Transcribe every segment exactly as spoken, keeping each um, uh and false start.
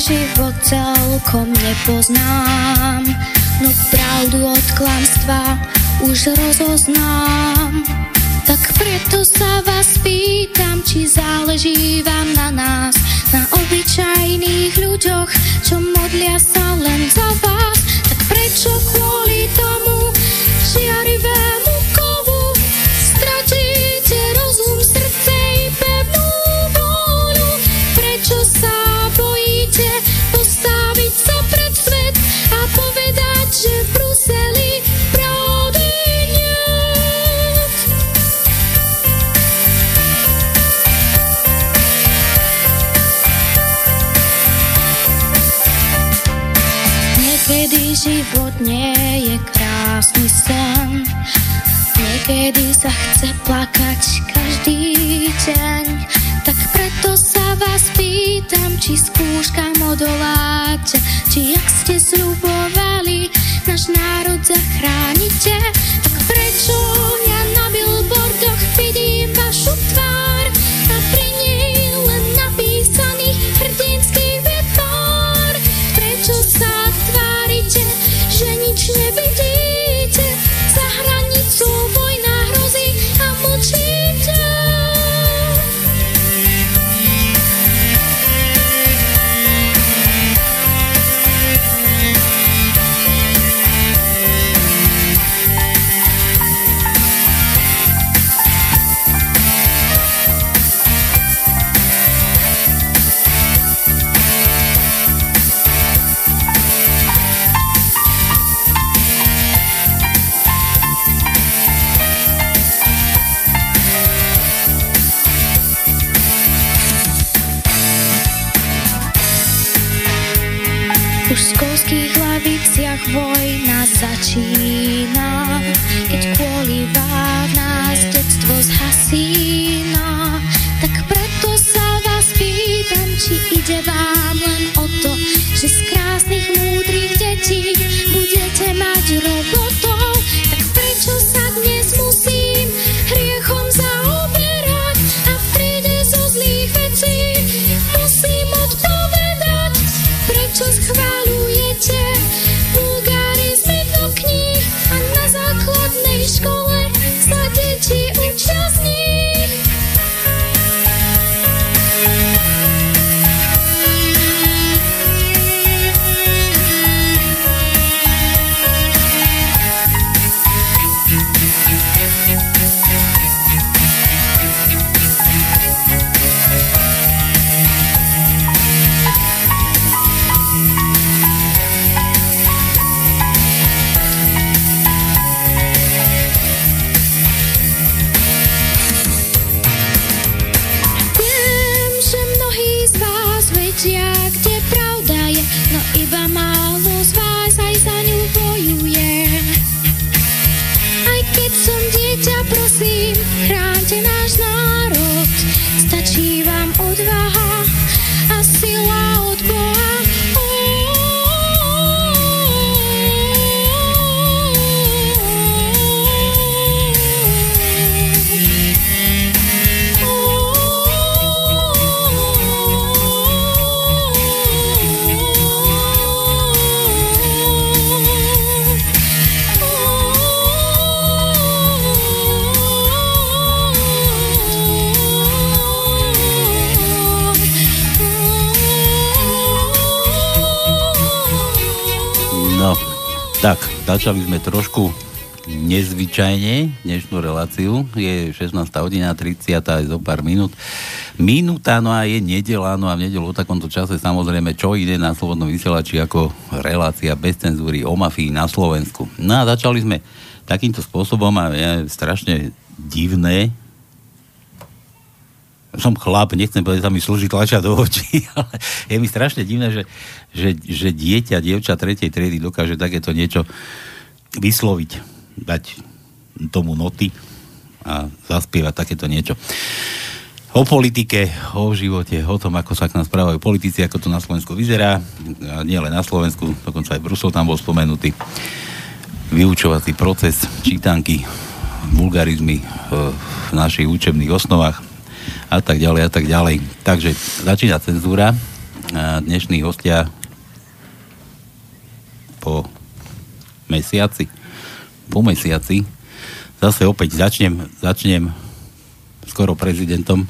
život celkom nepoznám, no pravdu od klamstva už rozoznám. Tak preto sa vás pýtam, či záleží vám na nás, na obyčajných ľuďoch, čo modlia sa len za vás. Tak prečo kvôli tomu žiarivému kovu stratíte rozum, srdce i pevnú vôľu? Prečo sa bojíte postaviť sa pred svet a povedať, že v Bruseli pravdy niet? Niekedy život nie je krásny sen, niekedy sa chce plakať každý deň. Tak preto sa vás pýtam, či skúškam odoláte, či jak ste sľubovali, náš národ zachránite. Tak prečo ja na billboardoch vidím vašu tvár a pri nej len napísaný hrdinský výtvar? Prečo sa tvárite, že nič nevidíte? Za hranicou vojna hrozí a mlčíte. Už v školských laviciach vojna začína, keď kvôli vám nás detstvo zhasína. Tak preto sa vás pýtam, či ide vám len o to, že z krásnych múdrych detí budete mať robotov. Tak prečo sa dnes musím hriechom zaoberať a v triede zo zlých vecí musím odpovedať? Prečo schváľujete vulgarizmy do kníh a na základnej škole sa deti učia z nich? Kde pravda je, no iba málo z vás aj za ňu bojuje. Aj keď som dieťa, prosím, chránte náš národ. Stačí vám odvaha a sila od Boha. No, tak, začali sme trošku nezvyčajne dnešnú reláciu. Je šestnásta hodina tridsať aj zo pár minút. Minúta, no a je nedeľa, no a v nedeľu o takomto čase samozrejme čo ide na Slobodnom vysielači ako relácia bez cenzúry o mafii na Slovensku. No a začali sme takýmto spôsobom a je strašne divné. Som chlap, nechcem povedať, sa mi slúži tlačia do očí, ale je mi strašne divné, že, že, že dieťa, dievča tretej triedy dokáže takéto niečo vysloviť, dať tomu noty a zaspievať takéto niečo. O politike, o živote, o tom, ako sa k nám správajú politici, ako to na Slovensku vyzerá. A nie len na Slovensku, dokonca aj Brusel tam bol spomenutý. Vyučovací proces, čítanky, vulgarizmy v našich učebných osnovách a tak ďalej a tak ďalej. Takže začína cenzúra A dnešní hostia po mesiaci, po mesiaci zase opäť začnem, začnem skoro prezidentom.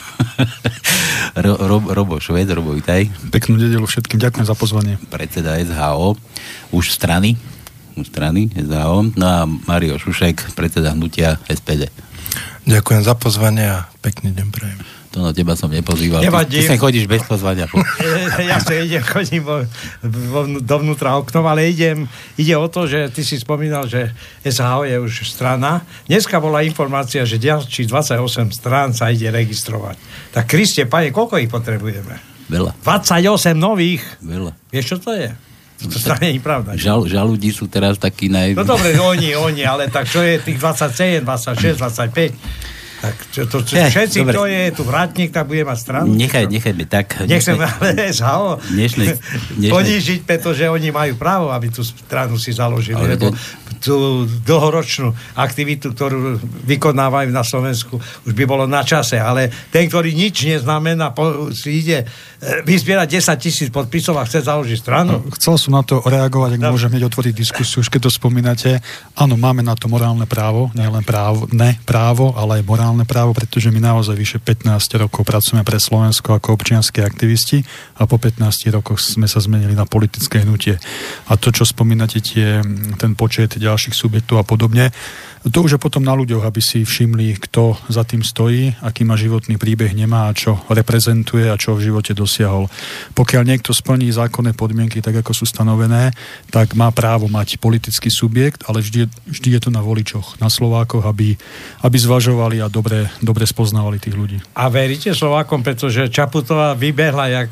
Ro, Ro, Robo Švéd, Robo, vitaj. Peknú nedeľu všetkým, ďakujem za pozvanie. Predseda es há ó, už strany, už strany es há ó, no a Mário Šušek, predseda hnutia es pé dé. Ďakujem za pozvanie a pekný deň prajem. To na teba som nepozýval. Nevadí. Ty, ty sa chodíš bez pozvania. Ja sa idem, chodím vo, vo, dovnútra oknom, ale idem, ide o to, že ty si spomínal, že es há ó je už strana. Dneska bola informácia, že ďalších dvadsaťosem strán sa ide registrovať. Tak Kriste, pane, koľko ich potrebujeme? Veľa. dvadsaťosem nových. Veľa. Vieš, čo to je? To sa nie je pravda. Žal, žalúdi sú teraz takí naj... No dobre, oni, oni, ale tak čo je tých dvadsaťsedem, dvadsaťšesť, dvadsaťpäť? Tak to, to, to ja, všetci, dobre. Kto je tu vrátnik, tak bude mať stranu. Nechaj, nechajme tak. Nechcem ale es há ó dnešnej, dnešnej... ponížiť, pretože oni majú právo, aby tú stranu si založili. Ale lebo to... tú dlhoročnú aktivitu, ktorú vykonávajú na Slovensku, už by bolo na čase. Ale ten, ktorý nič neznamená, po, si ide vyzbierať desať tisíc podpisov a chce založiť stranu. Chcel som na to reagovať, ak no. môžem hneď otvoriť diskusiu, už keď to spomínate. Áno, máme na to morálne právo, nielen právo, ne právo, ale aj morálne právo, pretože my naozaj vyše pätnásť rokov pracujeme pre Slovensko ako občianski aktivisti a po pätnástich rokoch sme sa zmenili na politické hnutie. A to, čo spomínate, tie, ten počet ďalších subjektov a podobne, to už je potom na ľuďoch, aby si všimli, kto za tým stojí, aký má životný príbeh, nemá a čo reprezentuje a čo v živote dosiahol. Pokiaľ niekto splní zákonné podmienky, tak ako sú stanovené, tak má právo mať politický subjekt, ale vždy, vždy je to na voličoch, na Slovákoch, aby, aby zvažovali a dobre, dobre spoznávali tých ľudí. A veríte Slovákom, pretože Čaputová vybehla jak...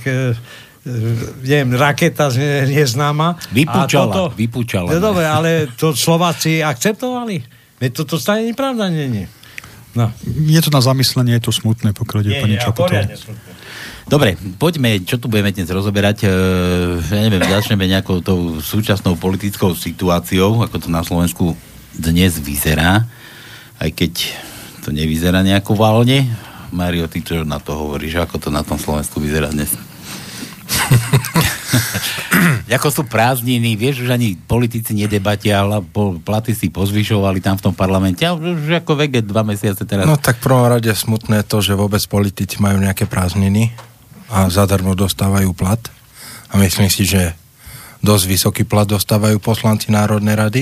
neviem, raketa neznáma. Vypúčala, toto, vypúčala. No dobre, ale to Slováci akceptovali? Veď toto stane nepravda, nie, nie. No. Je to na zamyslenie, je to smutné, pokiaľ ide pani Čaputová. Dobre, poďme, čo tu budeme dnes rozoberať. E, ja neviem, začneme nejakou tou súčasnou politickou situáciou, ako to na Slovensku dnes vyzerá, aj keď to nevyzerá nejako válne. Mário, ty čo na to hovoríš, ako to na tom Slovensku vyzerá dnes? Ako sú prázdniny, vieš, už ani politici nedebatia, ale platy si pozvyšovali tam v tom parlamente a už ako vege dva mesiace teraz. No tak v prvom rade smutné je to, že vôbec politici majú nejaké prázdniny a zadarmo dostávajú plat a myslím si, že dosť vysoký plat dostávajú poslanci Národnej rady,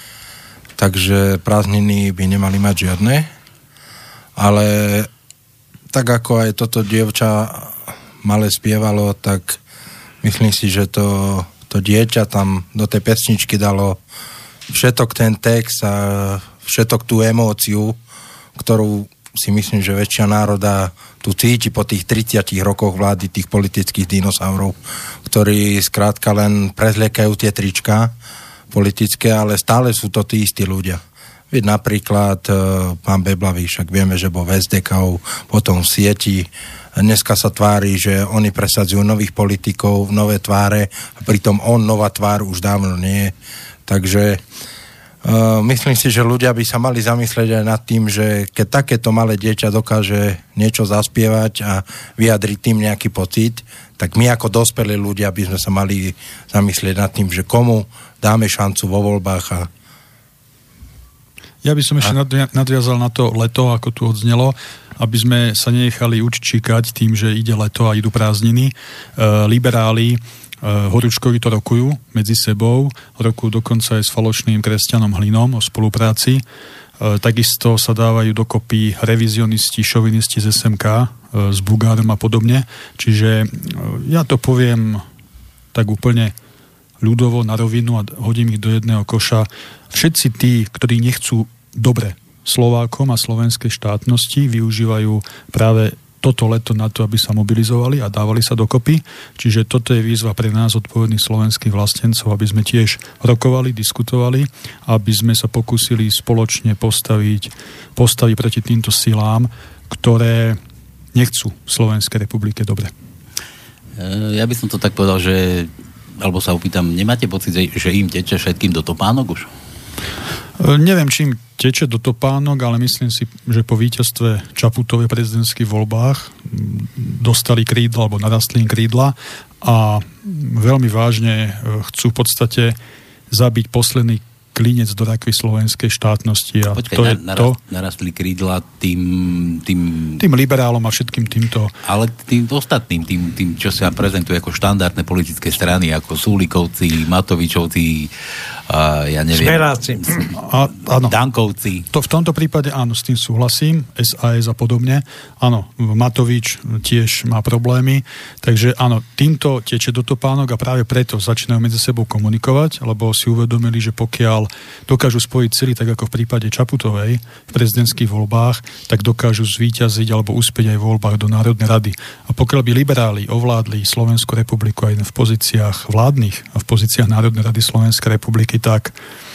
takže prázdniny by nemali mať žiadne, ale tak ako aj toto dievča malé spievalo, tak myslím si, že to, to dieťa tam do tej pesničky dalo všetok ten text a všetok tú emóciu, ktorú si myslím, že väčšia národa tu cíti po tých tridsiatich rokoch vlády tých politických dinosaurov, ktorí skrátka len prezliekajú tie trička politické, ale stále sú to tí istí ľudia. Veď napríklad e, pán Beblavý, však vieme, že bol v es dé ká, potom v sieti. Dneska sa tvári, že oni presadzujú nových politikov, nové tváre, a pritom on nová tvár už dávno nie je. Takže e, myslím si, že ľudia by sa mali zamyslieť aj nad tým, že keď takéto malé dieťa dokáže niečo zaspievať a vyjadriť tým nejaký pocit, tak my ako dospelí ľudia by sme sa mali zamyslieť nad tým, že komu dáme šancu vo voľbách a Ja by som ešte nadviazal na to leto, ako tu odznelo, aby sme sa nenechali uččíkať tým, že ide leto a idú prázdniny. E, liberáli, e, Horúčkovi to rokujú medzi sebou, rokujú dokonca aj s falošným kresťanom Hlinom o spolupráci. E, takisto sa dávajú dokopy revizionisti, šovinisti z es em ká, e, s Bugárom a podobne. Čiže e, ja to poviem tak úplne ľudovo na rovinu a hodím ich do jedného koša. Všetci tí, ktorí nechcú dobre Slovákom a slovenskej štátnosti, využívajú práve toto leto na to, aby sa mobilizovali a dávali sa dokopy. Čiže toto je výzva pre nás, odpovedných slovenských vlastencov, aby sme tiež rokovali, diskutovali, aby sme sa pokúsili spoločne postaviť, postaviť proti týmto silám, ktoré nechcú v Slovenskej republike dobre. Ja by som to tak povedal, že alebo sa opýtam, nemáte pocit, že im teče všetkým do topánok už? Neviem, čím teče do topánok, ale myslím si, že po víťazstve Čaputovej prezidentských voľbách dostali krídla, alebo narastli im krídla a veľmi vážne chcú v podstate zabiť posledný klinec do rakvy slovenskej štátnosti. A Počkaj, to je narast, to, narastli krídla tým, tým... tým liberálom a všetkým týmto... Ale tým ostatným, tým, tým čo sa prezentuje ako štandardné politické strany, ako Súlikovci, Matovičovci, a ja neviem... Smeráci. A, áno. Dankovci. To, v tomto prípade áno, s tým súhlasím, es a es a podobne. Áno, Matovič tiež má problémy, takže áno, týmto teče do topánok a práve preto začínajú medzi sebou komunikovať, lebo si uvedomili, že pokiaľ dokážu spojiť sily, tak ako v prípade Čaputovej v prezidentských voľbách, tak dokážu zvíťaziť alebo uspieť aj v voľbách do Národnej rady. A pokiaľ by liberáli ovládli Slovenskú republiku aj v pozíciách vládnych a v pozíciách Národnej rady Slovenskej republiky, tak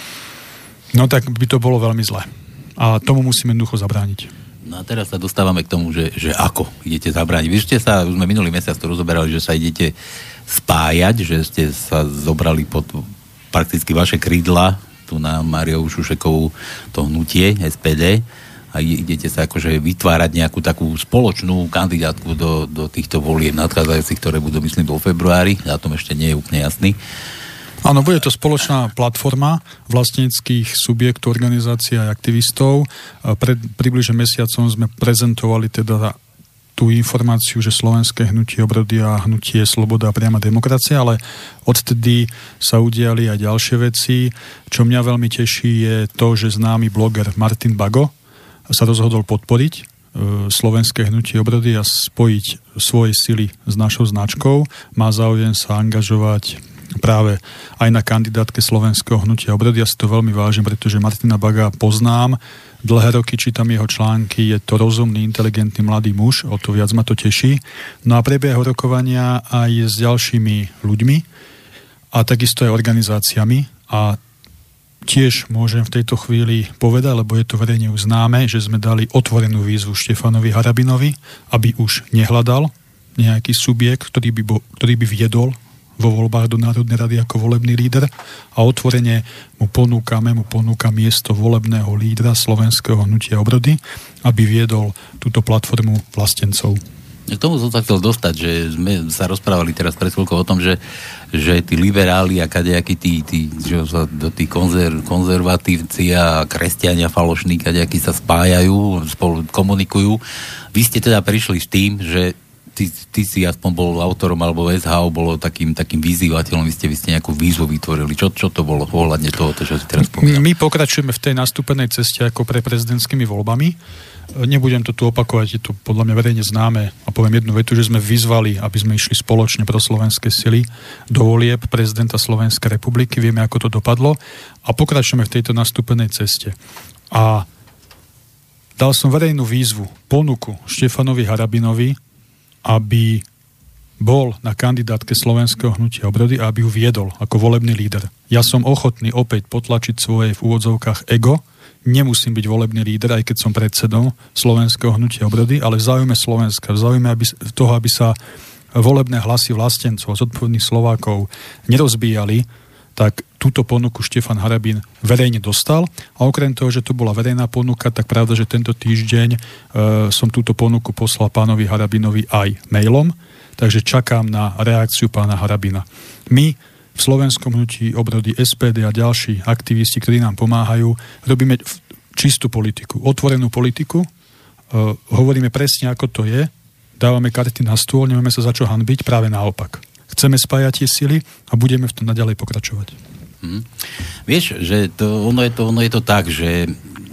no tak by to bolo veľmi zlé. A tomu musíme jednoducho zabrániť. No a teraz sa dostávame k tomu, že, že ako idete zabrániť. Vy ste sa, už sme minulý mesiac to rozoberali, že sa idete spájať, že ste sa zobrali pod prakticky vaše krídla, tu na Máriou Šušekovú to hnutie es pé dé a idete sa akože vytvárať nejakú takú spoločnú kandidátku do, do týchto volieb nadchádzajúcich, ktoré budú, myslím, vo februári. Dátum ešte nie je úplne jasný. Áno, bude to spoločná platforma vlastníckych subjektov, organizácií a aktivistov. Pred približne mesiacom sme prezentovali teda tú informáciu, že Slovenské hnutie obrody a hnutie Sloboda a priama demokracia, ale odtedy sa udiali aj ďalšie veci. Čo mňa veľmi teší je to, že známy bloger Martin Bago sa rozhodol podporiť Slovenské hnutie obrody a spojiť svoje sily s našou značkou. Má záujem sa angažovať práve aj na kandidátke Slovenského hnutia obrody. Ja si to veľmi vážim, pretože Martina Baga poznám, dlhé roky čítam jeho články, je to rozumný, inteligentný mladý muž, o to viac ma to teší. No a prebieha rokovania aj s ďalšími ľuďmi a takisto aj organizáciami a tiež môžem v tejto chvíli povedať, lebo je to verejne už známe, že sme dali otvorenú výzvu Štefanovi Harabinovi, aby už nehľadal nejaký subjekt, ktorý by, bo, ktorý by viedol vo voľbách do Národnej rady ako volebný líder a otvorene mu ponúkame, mu ponúka miesto volebného lídra Slovenského hnutia obrody, aby viedol túto platformu vlastencov. K tomu som sa chcel dostať, že sme sa rozprávali teraz pred chvíľkou o tom, že, že tí liberáli a kadejakí tí, tí, že sa do tí konzer, konzervatívci a kresťania falošní kadejakí sa spájajú, spolu komunikujú. Vy ste teda prišli s tým, že Ty, ty si aspoň bol autorom, alebo es há ó bolo takým, takým vyzývateľom, vy ste, vy ste nejakú výzvu vytvorili. Čo, čo to bolo ohľadne toho, čo si teraz spomínal? My pokračujeme v tej nastúpenej ceste ako pre prezidentskými voľbami. Nebudem to tu opakovať, je to podľa mňa verejne známe a poviem jednu vetu, že sme vyzvali, aby sme išli spoločne pro slovenské sily do volieb prezidenta Slovenskej republiky. Vieme, ako to dopadlo a pokračujeme v tejto nastúpenej ceste. A dal som verejnú výzvu, ponuku Štefanovi Harabinovi, aby bol na kandidátke Slovenského hnutia obrody a aby ju viedol ako volebný líder. Ja som ochotný opäť potlačiť svoje v úvodzovkách ego. Nemusím byť volebný líder, aj keď som predsedom Slovenského hnutia obrody, ale v záujme Slovenska, v záujme aby, toho, aby sa volebné hlasy vlastencov a zodpovedných Slovákov nerozbíjali, tak túto ponuku Štefan Harabin verejne dostal a okrem toho, že to bola verejná ponuka, tak pravda, že tento týždeň e, som túto ponuku poslal pánovi Harabinovi aj mailom, takže čakám na reakciu pána Harabina. My v Slovenskom hnutí obrody es pé dé a ďalší aktivisti, ktorí nám pomáhajú, robíme čistú politiku, otvorenú politiku, e, hovoríme presne, ako to je, dávame karty na stôl, nemáme sa za čo hanbiť, práve naopak. Chceme spájať tie sily a budeme v tom naďalej pokračovať. Hmm. Vieš, že to, ono, je to, ono je to tak, že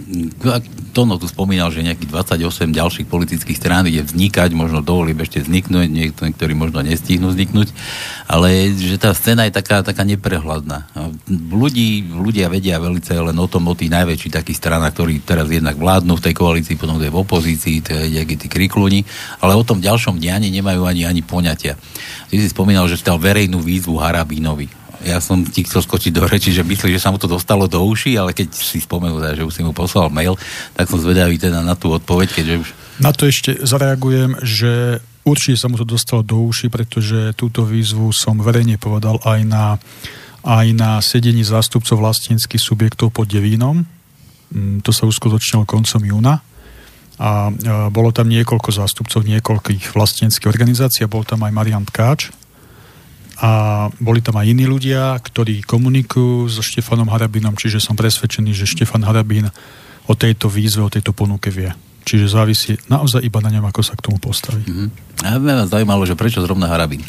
Tono tu spomínal, že nejakých dvadsaťosem ďalších politických strán ide vznikať, možno dovolí ešte vzniknúť, niektorí možno nestihnú vzniknúť, ale že tá scéna je taká, taká neprehľadná. Ľudí, ľudia vedia veľce len o tom, o tých najväčších takých stranách, ktorí teraz jednak vládnu v tej koalícii, potom je v opozícii, to je nejakí tí krikluni, ale o tom ďalšom dianí nemajú ani, ani poňatia. Ty si spomínal, že stal verejnú výzvu Harabinovi. Ja som ti chcel skočiť do reči, že myslíš, že sa mu to dostalo do uší, ale keď si spomenul, že už si mu poslal mail, tak som zvedavý teda na tú odpoveď, keďže už... Na to ešte zareagujem, že určite sa mu to dostalo do uší, pretože túto výzvu som verejne povedal aj na, aj na sedení zástupcov vlastníckych subjektov pod Devínom To sa uskutočnilo koncom júna a bolo tam niekoľko zástupcov niekoľkých vlastníckych organizácií a bol tam aj Marián Tkáč a boli tam aj iní ľudia, ktorí komunikujú so Štefanom Harabinom, čiže som presvedčený, že Štefan Harabin o tejto výzve, o tejto ponuke vie. Čiže závisí naozaj iba na ňom, ako sa k tomu postaví. Mm-hmm. A mňa zaujímalo, že prečo zrovna Harabin?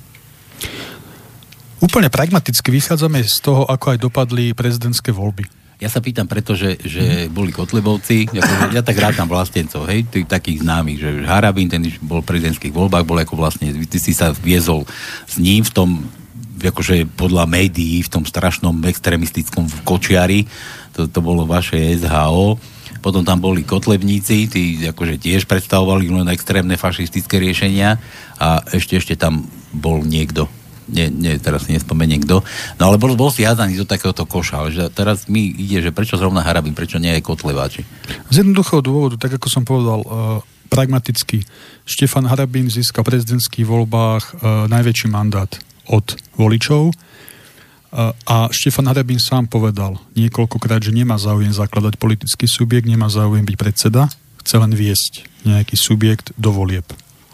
Úplne pragmaticky vychádzame z toho, ako aj dopadli prezidentské voľby. Ja sa pýtam preto, že, že boli Kotlebovci, akože ja tak rátam vlastencov, hej, tých takých známych, že Harabin, ten bol v prezidentských voľbách, bol ako vlastne, ty si sa viezol s ním v tom, akože podľa médií, v tom strašnom extrémistickom kočiari, to, to bolo vaše es há ó, potom tam boli Kotlebníci, tí akože tiež predstavovali len extrémne fašistické riešenia a ešte, ešte tam bol niekto. Nie, nie, teraz si nespomeniem kto. No ale bol, bol si hádaný do takéhoto koša. Ale že teraz mi ide, že prečo zrovna Harabin, prečo nie aj Kotleváči? Z jednoduchého dôvodu, tak ako som povedal, uh, pragmaticky. Štefan Harabin získal v prezidentských voľbách uh, najväčší mandát od voličov uh, a Štefan Harabin sám povedal niekoľkokrát, že nemá záujem zakladať politický subjekt, nemá záujem byť predseda, chce len viesť nejaký subjekt do volieb.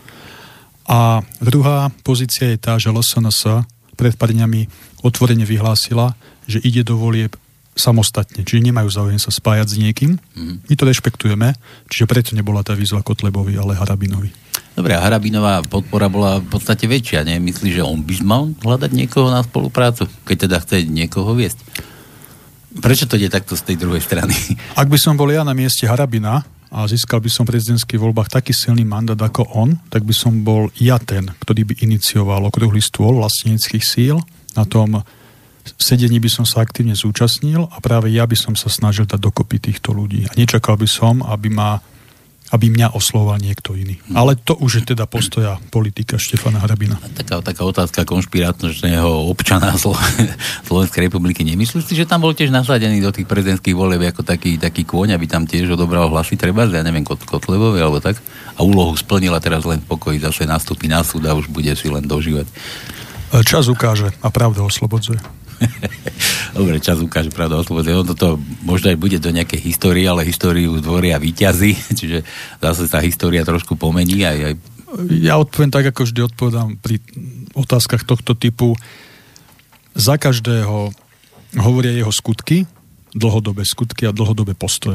A druhá pozícia je tá, že el es en es pred pár dňami otvorene vyhlásila, že ide do volieb samostatne, čiže nemajú záujem sa spájať s niekým. Mm. My to rešpektujeme, čiže preto nebola tá výzva Kotlebovi, ale Harabinovi. Dobre, a Harabinová podpora bola v podstate väčšia, nie? Myslíš, že on by mal hľadať niekoho na spoluprácu, keď teda chce niekoho viesť? Prečo to ide takto z tej druhej strany? Ak by som bol ja na mieste Harabina a získal by som v prezidentských voľbách taký silný mandát ako on, tak by som bol ja ten, ktorý by inicioval okrúhly stôl vlastníckych síl. Na tom sedení by som sa aktívne zúčastnil a práve ja by som sa snažil dať dokopy týchto ľudí. A nečakal by som, aby ma aby mňa oslovoval niekto iný. Hmm. Ale to už je teda postoja politika Štefana Harabina. Taká, taká otázka konšpirátorného občana Slo- Slovenskej republiky. Nemyslíš si, že tam bol tiež nasadený do tých prezidentských volieb ako taký, taký kôň, aby tam tiež odobral hlasy treba, ja neviem, Kot- Kotlebovi alebo tak? A úlohu splnila, teraz len v pokoji zase nastúpi na súd a už bude si len dožívať. Čas ukáže a pravda oslobodzuje. Dobre, čas ukáže, pravda oslobodzuje. Ono toto možno aj bude do nejakej histórie, ale históriu tvoria víťazi, čiže zase sa história trošku pomení. Aj, aj... Ja odpoviem tak, ako vždy odpovedám pri otázkach tohto typu. Za každého hovoria jeho skutky, dlhodobé skutky a dlhodobé postoje.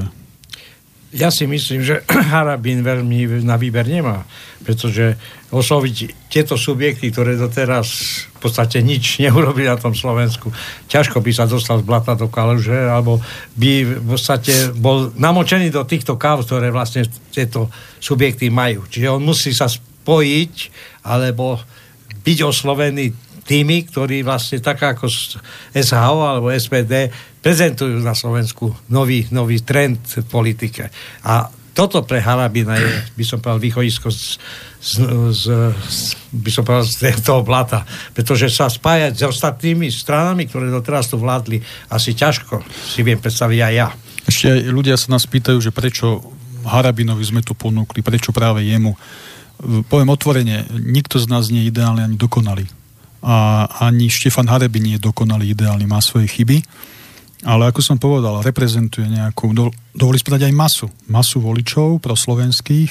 Ja si myslím, že Harabin veľmi na výber nemá, pretože osloviť tieto subjekty, ktoré doteraz v podstate nič neurobili na tom Slovensku, ťažko by sa dostal z blata do kaluže, alebo by v podstate bol namočený do týchto káv, ktoré vlastne tieto subjekty majú. Čiže on musí sa spojiť, alebo byť oslovený tými, ktorí vlastne tak ako es há ó alebo es pé dé prezentujú na Slovensku nový, nový trend v politike. A toto pre Harabina je, by som povedal, východisko z, z, z, z, by som povedal, z toho blata. Pretože sa spájať s ostatnými stranami, ktoré doteraz tu vládli, asi ťažko si viem predstaviť aj ja. Ešte aj ľudia sa nás pýtajú, že prečo Harabinovi sme to ponúkli, prečo práve jemu. Poviem otvorene, nikto z nás nie je ideálny ani dokonalý. A ani Štefan Harabin nie je dokonalý, ideálny, má svoje chyby. Ale ako som povedal, reprezentuje nejakú, do, dovolí povedať aj masu, masu voličov proslovenských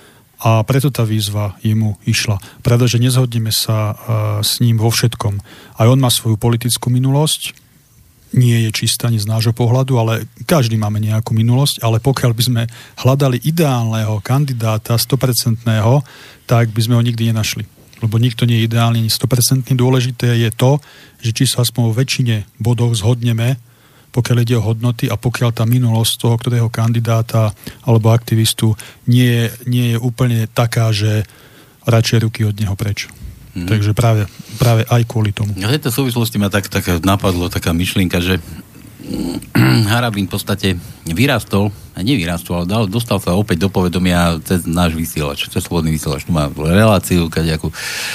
a preto tá výzva jemu išla. Pravda, že nezhodneme sa uh, s ním vo všetkom. Aj on má svoju politickú minulosť, nie je čistá ani z nášho pohľadu, ale každý máme nejakú minulosť, ale pokiaľ by sme hľadali ideálneho kandidáta, sto percent, tak by sme ho nikdy nenašli. Lebo nikto nie je ideálne, ani sto percent. Dôležité je to, že či sa aspoň vo väčšine bodov zhodneme, pokiaľ ide o hodnoty a pokiaľ tá minulosť toho, ktorého kandidáta alebo aktivistu nie je, nie je úplne taká, že radšej ruky od neho preč. Mm. Takže práve, práve aj kvôli tomu. V tejto súvislosti ma tak, tak napadlo taká myšlienka, že Harabin v podstate vyrastol, a nevyrastol, ale dal, dostal sa opäť do povedomia cez náš vysielač, cez slobodný vysielač. Tu má reláciu, kadejakú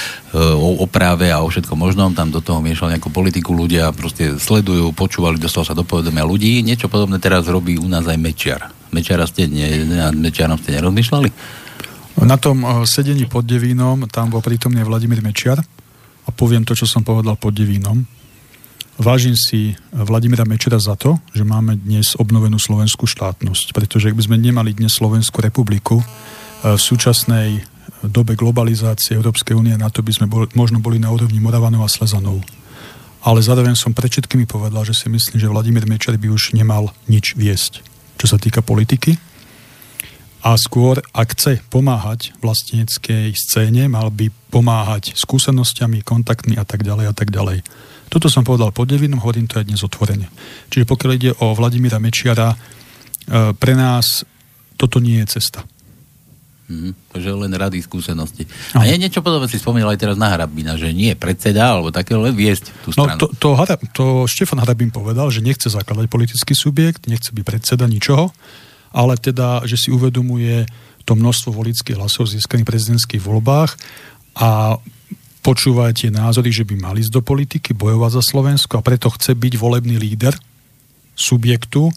o oprave a o všetkom možnom, tam do toho miešal nejakú politiku, ľudia proste sledujú, počúvali, dostal sa do povedomia ľudí. Niečo podobné teraz robí u nás aj Mečiar. Mečiara ste, ne, nad Mečiarom ste nerozmýšľali? Na tom sedení pod Devínom tam bol prítomný Vladimír Mečiar a poviem to, čo som povedal pod Devínom. vážim si Vladimíra Mečera za to, že máme dnes obnovenú slovenskú štátnosť, pretože ak by sme nemali dnes Slovenskú republiku v súčasnej dobe globalizácie Európskej únie, na to by sme bol, možno boli na úrovni Moravanov a Slezanov. Ale zároveň som pred všetkými povedal, že si myslím, že Vladimír Mečer by už nemal nič viesť, čo sa týka politiky. A skôr, ak chce pomáhať vlasteneckej scéne, mal by pomáhať skúsenosťami, kontaktmi a tak ďalej a tak ďalej. Toto som povedal pod Devinom, hovorím to aj dnes otvorene. Čiže pokiaľ ide o Vladimíra Mečiara, pre nás toto nie je cesta. Hmm, takže len rady, skúsenosti. A je niečo podobné, si spomínal aj teraz na Harabina, že nie predseda, alebo také len viesť tú stranu. No to, to, to Štefan Harabin povedal, že nechce zakladať politický subjekt, nechce byť predseda ničoho, ale teda, že si uvedomuje to množstvo voličských hlasov získaných v prezidentských voľbách a počúva tie názory, že by mali ísť do politiky, bojovať za Slovensko a preto chce byť volebný líder subjektu,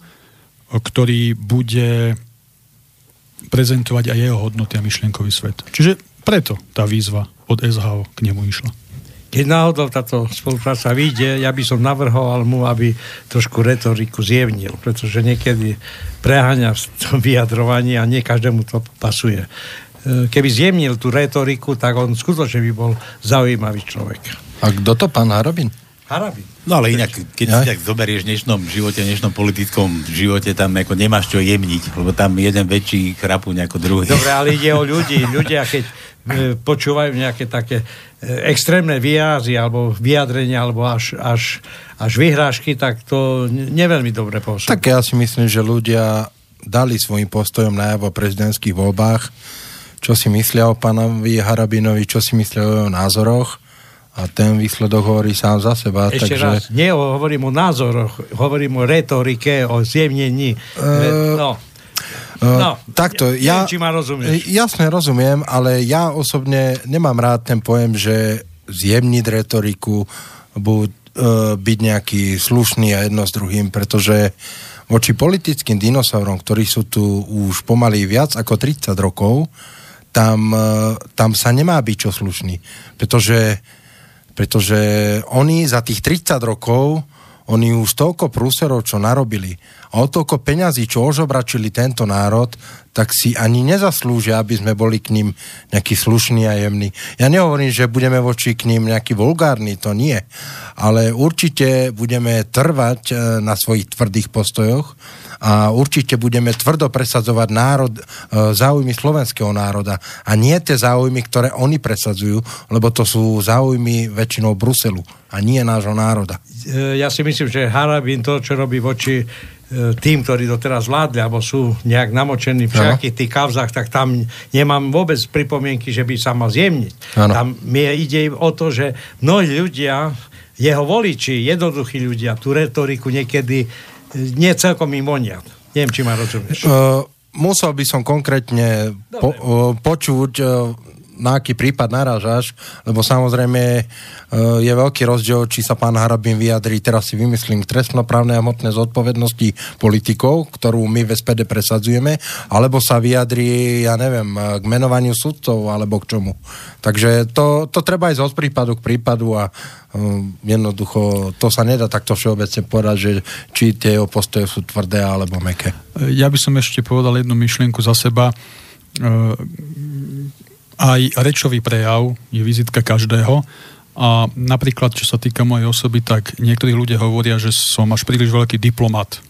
ktorý bude prezentovať aj jeho hodnoty a myšlienkový svet. Čiže preto tá výzva od es há ó k nemu išla. Keď náhodou táto spolupráca vyjde, ja by som navrhoval mu, aby trošku retoriku zjemnil, pretože niekedy preháňa v tom vyjadrovaní a nie každému to pasuje. Keby zjemnil tú retoriku, tak on skutočne by bol zaujímavý človek. A kto to, pán Harabin? Harabin. No ale inak, keď ja? si tak zoberieš v dnešnom živote, v dnešnom politickom živote, tam ako nemáš čo jemniť, lebo tam jeden väčší chrapuň ako druhý. Dobre, ale ide o ľudí. Ľudia, keď počúvajú nejaké také extrémne výrazy alebo vyjadrenia, alebo až, až, až vyhrážky, tak to neveľmi dobre pôsobí. Tak ja si myslím, že ľudia dali svojim postojom najavo v prezidentských voľbách, čo si myslia o pánovi Harabinovi, čo si myslia o jeho názoroch. A ten výsledok hovorí sám za seba. Ešte takže... raz, nie hovorím o názoroch, hovorím o retorike, o zjemnení. Uh, no. Uh, no, takto, ja, ja... Neviem, či ma rozumieš. Jasne, rozumiem, ale ja osobne nemám rád ten pojem, že zjemniť retoriku, buď, uh, byť nejaký slušný a jedno s druhým, pretože voči politickým dinosaurom, ktorí sú tu už pomaly viac ako tridsať rokov, tam, uh, tam sa nemá byť čo slušný. Pretože pretože oni za tých tridsať rokov, oni už toľko prúserov, čo narobili a o toľko peňazí, čo ožobračili tento národ, tak si ani nezaslúžia, aby sme boli k ním nejaký slušný a jemný. Ja nehovorím, že budeme voči k ním nejaký vulgárny, to nie. Ale určite budeme trvať na svojich tvrdých postojoch a určite budeme tvrdo presadzovať národ, záujmy slovenského národa a nie tie záujmy, ktoré oni presadzujú, lebo to sú záujmy väčšinou Bruselu a nie nášho národa. Ja si myslím, že Harabin to, čo robí voči tým, ktorí doteraz vládli, alebo sú nejak namočení v všetkých tých kauzách, tak tam nemám vôbec pripomienky, že by sa mal zjemniť. Ano. Tam mi ide o to, že mnohí ľudia, jeho voliči, jednoduchí ľudia, tú retoriku niekedy nie celkom im vonia. Neviem, či ma rozumieš. Uh, musel by som konkrétne po, uh, počuť, uh, na aký prípad narážaš, lebo samozrejme uh, je veľký rozdiel, či sa pán Harabin vyjadrí, teraz si vymyslím, k trestnoprávnej a hmotnej zodpovednosti politikov, ktorú my v es pé dé presadzujeme, alebo sa vyjadrí, ja neviem, k menovaniu sudcov, alebo k čomu. Takže to, to treba ísť od prípadu k prípadu a um, jednoducho to sa nedá takto všeobecne povedať, že či tie jeho postoje sú tvrdé alebo mäkké. Ja by som ešte povedal jednu myšlienku za seba. Uh, aj rečový prejav je vizitka každého a napríklad, čo sa týka mojej osoby, tak niektorí ľudia hovoria, že som až príliš veľký diplomat.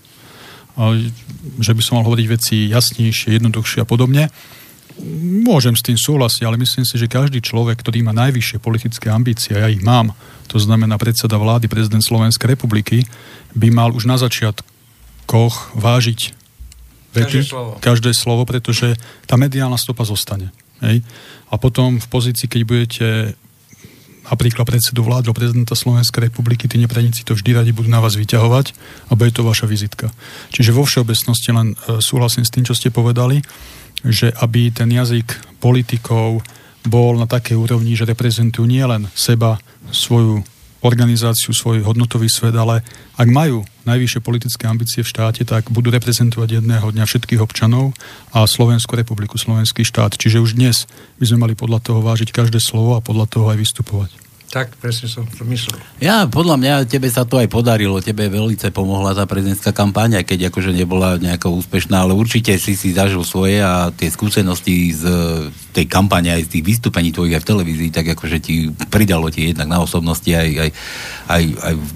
Že by som mal hovoriť veci jasnejšie, jednoduchšie a podobne. Môžem s tým súhlasiť, ale myslím si, že každý človek, ktorý má najvyššie politické ambície, ja ich mám, to znamená predseda vlády, prezident Slovenskej republiky, by mal už na začiatkoch vážiť vety, každé slovo. každé slovo, pretože tá mediálna stopa zostane. Hej. A potom v pozícii, keď budete napríklad predsedu vlády, prezidenta Slovenskej republiky, tí nepranici to vždy radi budú na vás vyťahovať a bude to vaša vizitka. Čiže vo všeobecnosti len súhlasím s tým, čo ste povedali, že aby ten jazyk politikov bol na takej úrovni, že reprezentujú nielen seba, svoju organizáciu, svoj hodnotový svet, ale ak majú najvyššie politické ambície v štáte, tak budú reprezentovať jedného dňa všetkých občanov a Slovenskú republiku, slovenský štát. Čiže už dnes by sme mali podľa toho vážiť každé slovo a podľa toho aj vystupovať. Tak, presne som to myslel. Ja, podľa mňa, tebe sa to aj podarilo, tebe veľmi pomohla tá prezidentská kampaň, aj keď akože nebola nejako úspešná, ale určite si si zažil svoje a tie skúsenosti z tej kampane, aj z tých vystúpení tvojich aj v televízii, tak akože ti pridalo ti jednak na osobnosti aj, aj, aj, aj v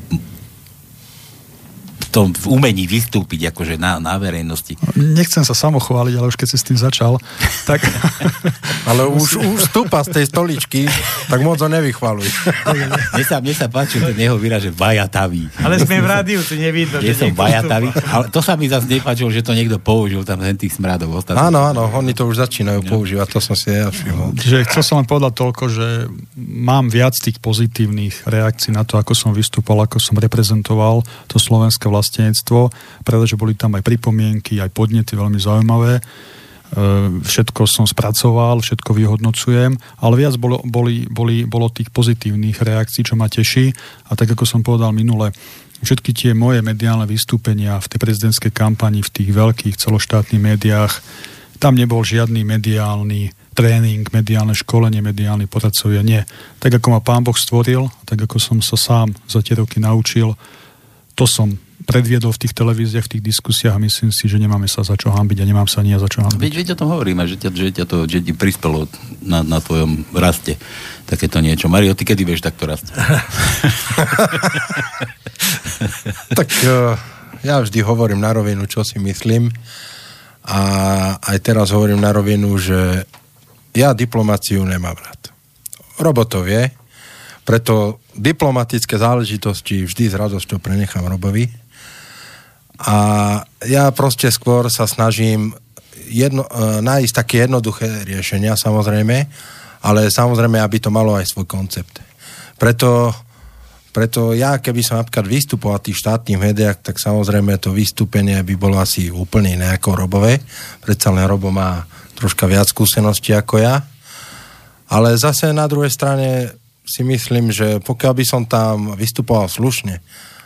tom v umení vystúpiť akože na, na verejnosti. Nechcem sa samochváliť, ale už keď si s tým začal, tak... Ale už, už stúpa z tej stoličky, tak moc ho nevychvaluj. Mne sa, mne sa páčil ten jeho výraz, že vajatavý. Ale sme v rádiu, tu nevidno, že som vajatavý. Ale to sa mi zase nepáčilo, že to niekto použil tam z tých smradov. Áno, áno, oni to už začínajú no. používať, to som si ja všimol. Že chcel som len povedať toľko, že mám viac tých pozitívnych reakcií na to, ako som vystúpal, ako som reprezentoval to slovenské vlastenectvo, pretože boli tam aj pripomienky, aj podnety veľmi zaujímavé. Všetko som spracoval, všetko vyhodnocujem, ale viac bolo, boli, boli, bolo tých pozitívnych reakcií, čo ma teší. A tak, ako som povedal minule, všetky tie moje mediálne vystúpenia v tej prezidentskej kampani, v tých veľkých celoštátnych médiách, tam nebol žiadny mediálny tréning, mediálne školenie, mediálni poradcovia, nie. Tak, ako ma Pán Boh stvoril, tak, ako som sa sám za tie roky naučil, to som predviedol v tých televíziách, v tých diskusiách a myslím si, že nemáme sa za čo hanbiť a nemám sa ani ja za čo hanbiť. Veď, veď o tom hovoríme, že ťa, že ťa to že ti prispelo na, na tvojom raste takéto niečo. Mario, ty kedy vieš takto rast? Tak ja vždy hovorím na rovinu, čo si myslím a aj teraz hovorím na rovinu, že ja diplomáciu nemám rád. Robo to vie, preto diplomatické záležitosti vždy s radosťou prenechám Robovi. A ja proste skôr sa snažím jedno, nájsť také jednoduché riešenia, samozrejme, ale samozrejme, aby to malo aj svoj koncept. Preto, preto ja, keby som napríklad vystupoval v tých štátnych médiách, tak samozrejme to vystúpenie by bolo asi úplne iné ako Robové. Predsa len Robo má troška viac skúseností ako ja. Ale zase na druhej strane si myslím, že pokiaľ by som tam vystupoval slušne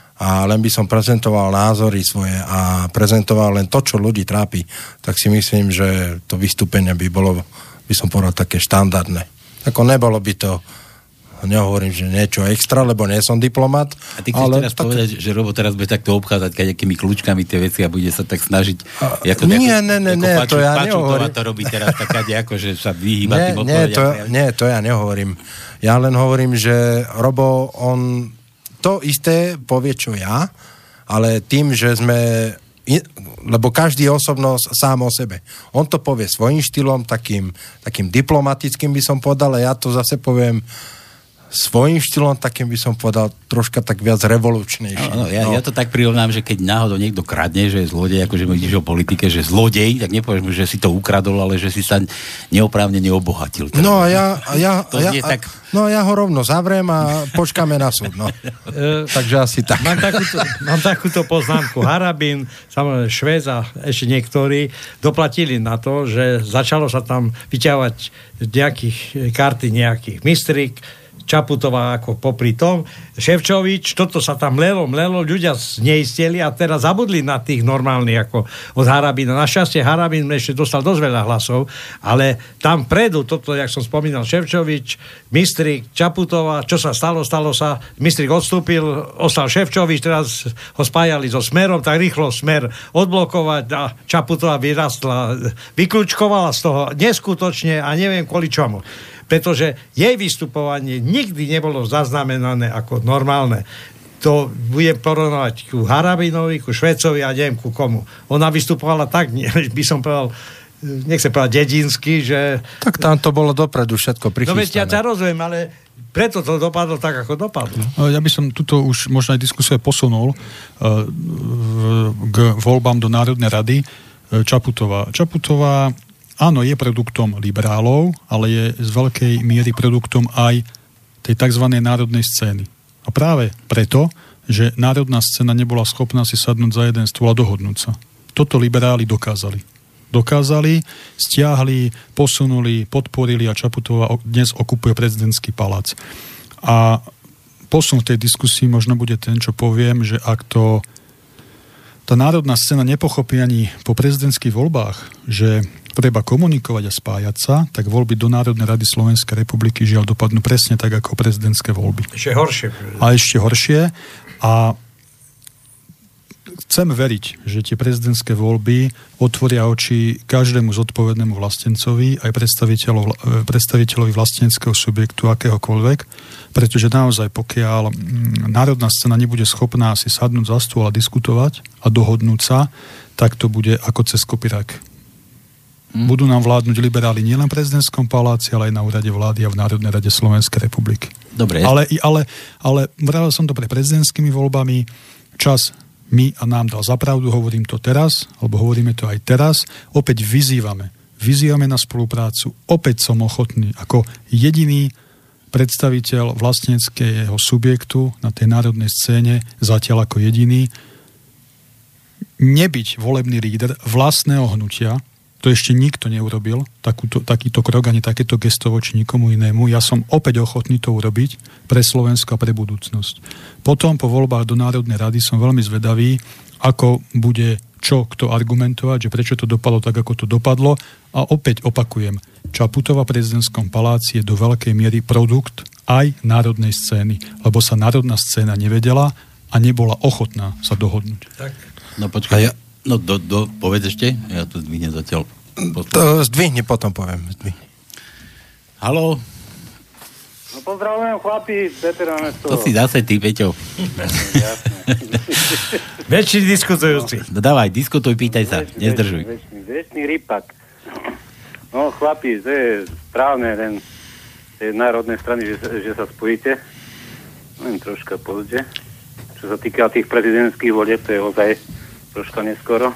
a len by som prezentoval názory svoje a prezentoval len to, čo ľudí trápi, tak si myslím, že to vystúpenie by bolo, by som povedal, také štandardné. Ako nebolo by to, nehovorím, že niečo extra, lebo nie som diplomat. A ty chceš ale teraz tak... povedať, že Robo teraz bude takto obchádzať nejakými kľúčkami tie veci a bude sa tak snažiť a, ako nie, ne, ne, ne, to ja nehovorím. To robí teraz tak, ako, že sa vyhýba tým odpovediam. Nie, to, nie, to ja nehovorím. Ja len hovorím, že Robo, on to isté povie, čo ja, ale tým, že sme, lebo každý je osobnosť sám o sebe. On to povie svojím štýlom, takým, takým diplomatickým by som povedal, a ja to zase poviem svojím štýlom, takým by som povedal troška tak viac revolučnejší. No, no, ja, no. ja to tak prirovnám, že keď náhodou niekto kradne, že je zlodej, akože my ideš o politike, že zlodej, tak nepovieš mu, že si to ukradol, ale že si sa neoprávne neobohatil. Teda. No a ja, a ja, to ja, tak... no ja ho rovno zavriem a počkáme na súd. No. Takže asi tak. Mám takúto, mám takúto poznámku. Harabin, samozrejme Švéd a ešte niektorí doplatili na to, že začalo sa tam vyťahovať nejakých karty nejakých mistrík, Čaputová ako popri tom, Ševčovič, toto sa tam mlelo, mlelo, ľudia zneistili a teraz zabudli na tých normálnych ako od Harabina. Našťastie Harabin ešte dostal dosť veľa hlasov, ale tam predu, toto, jak som spomínal, Ševčovič, Mistrík, Čaputová, čo sa stalo? Stalo sa, Mistrík odstúpil, ostal Ševčovič, teraz ho spájali so Smerom, tak rýchlo Smer odblokovať a Čaputová vyrastla, vykľúčkovala z toho neskutočne a neviem kvôli čomu. Pretože jej vystupovanie nikdy nebolo zaznamenané ako normálne. To budem porovnávať ku Harabinovi, ku Švecovi a neviem ku komu. Ona vystupovala tak, by som povedal, nechcem povedať dedinsky, že... Tak tam to bolo dopredu všetko prichystané. No veď ja ťa rozumiem, ale preto to dopadlo tak, ako dopadlo. Ja by som tuto už možno aj diskusie posunul uh, k voľbám do Národnej rady. Čaputová. Čaputová áno, je produktom liberálov, ale je z veľkej miery produktom aj tej tzv. Národnej scény. A práve preto, že národná scéna nebola schopná si sadnúť za jeden stôl a dohodnúť sa. Toto liberáli dokázali. Dokázali, stiahli, posunuli, podporili a Čaputová dnes okupuje prezidentský palác. A posun v tej diskusii možno bude ten, čo poviem, že ak to tá národná scéna nepochopí ani po prezidentských voľbách, že treba komunikovať a spájať sa, tak voľby do Národnej rady Slovenskej republiky žiaľ dopadnú presne tak ako prezidentské voľby. Ešte horšie. A ešte horšie. A chcem veriť, že tie prezidentské voľby otvoria oči každému zodpovednému vlastencovi, aj predstaviteľovi vlasteneckého subjektu akéhokoľvek, pretože naozaj pokiaľ národná scéna nebude schopná si sadnúť za stôl a diskutovať a dohodnúť sa, tak to bude ako cez kopirák. Hmm. Budú nám vládnuť liberáli nielen v prezidentskom paláci, ale aj na úrade vlády a v Národnej rade Slovenskej republiky. Dobre. Ale, ale, ale vravil som to pre prezidentskými voľbami. Čas mi a nám dal zapravdu, hovorím to teraz, alebo hovoríme to aj teraz. Opäť vyzývame. Vyzývame na spoluprácu. Opäť som ochotný ako jediný predstaviteľ vlastníckeho subjektu na tej národnej scéne, zatiaľ ako jediný, nebyť volebný líder vlastného hnutia. To ešte nikto neurobil, takúto, takýto krok, ani takéto gesto voči nikomu inému. Ja som opäť ochotný to urobiť pre Slovensko a pre budúcnosť. Potom po voľbách do Národnej rady som veľmi zvedavý, ako bude čo kto argumentovať, že prečo to dopadlo tak, ako to dopadlo. A opäť opakujem, Čaputová v prezidentskom paláci je do veľkej miery produkt aj národnej scény, lebo sa národná scéna nevedela a nebola ochotná sa dohodnúť. Tak. No počkaj, ja... No, do, do, povedz ešte, ja to zdvihnem zatiaľ. To zdvihni, potom poviem. Zdvihni. Haló? No pozdravujem chlapi, veteráne z toho. To si zase ty, Peťo. Väčší diskutujúci. No dávaj, diskutuj, pýtaj sa, večný, nezdržuj. Väčší, väčší rypak. No chlapi, to je správne, len tej národnej strany, že, že sa spojíte. Len troška pozde. Čo sa týka tých prezidentských volieb, to je ozaj troška neskoro.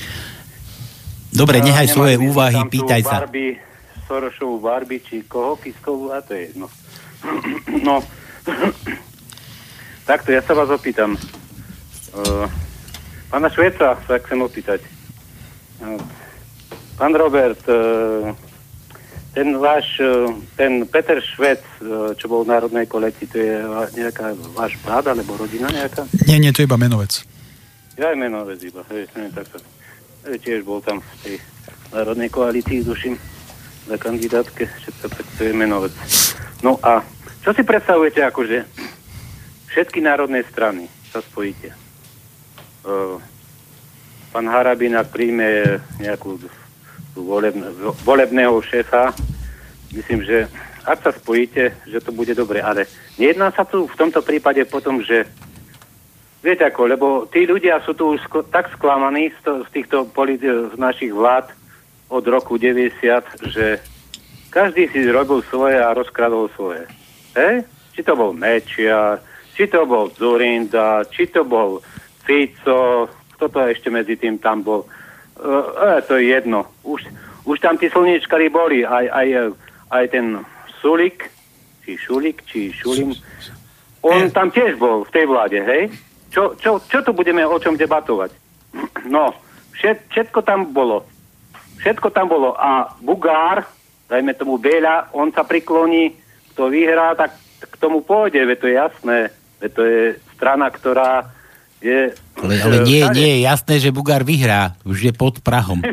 Dobre, nechaj svoje úvahy, pýtaj sa. Barbie, Sorošovú Barbie, či koho, Kiskovú, a to je jedno. No, takto, ja sa vás opýtam. Uh, pána Šveca sa chcem opýtať. Uh, pán Robert, uh, ten váš, uh, ten Peter Švec, uh, čo bol v národnej kolekcii, to je nejaká váš brat, alebo rodina nejaká? Nie, nie, to je iba menovec. Ja aj menovec iba, hej, tak sa, hej, tiež bol tam v tej národnej koalícii, duším, za kandidátke, všetko, tak to je menovec. No a čo si predstavujete, akože všetky národné strany sa spojíte? Uh, pán Harabina príjme nejakú volebne, volebného šéfa, myslím, že ak sa spojíte, že to bude dobre, ale nejedná sa tu v tomto prípade potom, že viete ako, lebo tí ľudia sú tu už skl- tak sklamaní z, to, z týchto politi- z našich vlád od roku deväťdesiat, že každý si robil svoje a rozkradol svoje. Hej? Či to bol Mečiar, či to bol Dzurinda, či to bol Fico, kto to ešte medzi tým tam bol. E, to je jedno. Už, už tam tí slniečkari boli, aj, aj, aj ten Sulik, či Šulik, či Šulim. On tam tiež bol v tej vláde, hej? Čo, čo, čo tu budeme o čom debatovať? No, všet, všetko tam bolo. Všetko tam bolo. A Bugár, dajme tomu Béľa, on sa prikloní, kto vyhrá, tak k tomu pôjde, veď to je jasné. Veď to je strana, ktorá je... Ale, ale nie, nie je jasné, že Bugár vyhrá. Už je pod prahom.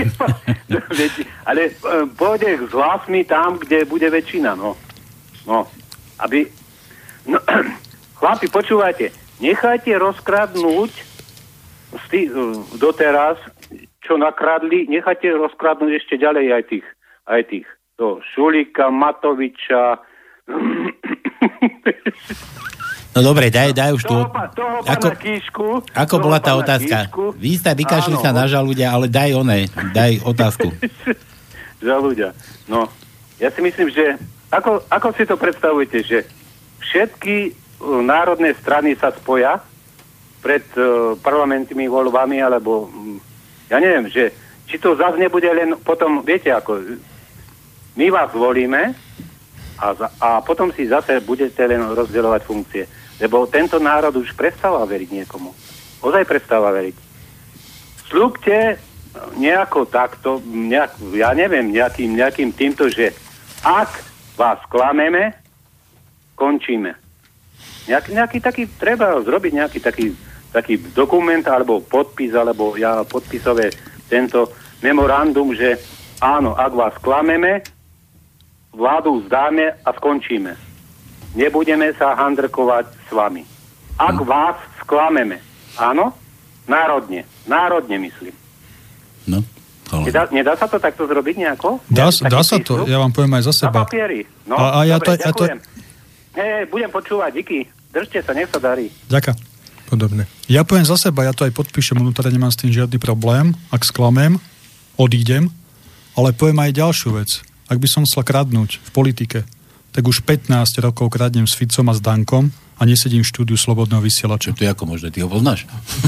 Ale pôjde s hlasmi tam, kde bude väčšina, no. No, aby... No, chlapi, počúvajte. Nechajte rozkradnúť tý, doteraz, čo nakradli, nechajte rozkradnúť ešte ďalej aj tých, aj tých, to Šulika, Matoviča. No dobre, daj, daj už tu. Toho, toho ako, Kíšku, ako bola tá otázka? Kíšku. Vy ste vykašli sa na žaludia, ale daj oné, daj otázku. Žaludia. No, ja si myslím, že ako, ako si to predstavujete, že všetky národné strany sa spoja pred uh, parlamentnými voľbami, alebo um, ja neviem, že či to zase nebude len potom, viete ako, my vás volíme a, za, a potom si zase budete len rozdeľovať funkcie. Lebo tento národ už prestáva veriť niekomu. Ozaj prestáva veriť. Sľubte nejako takto, nejak, ja neviem, nejakým, nejakým týmto, že ak vás klameme, končíme. Nejaký, nejaký taký, treba zrobiť nejaký taký, taký dokument, alebo podpis, alebo ja podpisové tento memorandum, že Áno, ak vás klameme, vládu vzdáme a skončíme. Nebudeme sa handrkovať s vami. Ak hm. vás sklameme. Áno? Národne. Národne myslím. No, ale... Nedá, nedá sa to takto zrobiť nejako? Dá, Taký dá sa to, ja vám poviem aj za seba. Na papieri. No, a, a ja dobre, to, ja to... Hej, budem počúvať, díky. Držte sa, nech sa darí. Ďakujem. Podobne. Ja poviem za seba, ja to aj podpíšem, ono teda nemám s tým žiadny problém. Ak sklamem, odídem, ale poviem aj ďalšiu vec. Ak by som chcel kradnúť v politike, tak už pätnásť rokov kradnem s Ficom a s Dankom a nesedím v štúdiu Slobodného vysielača. Čo to je ako možné? Ty ho poznáš?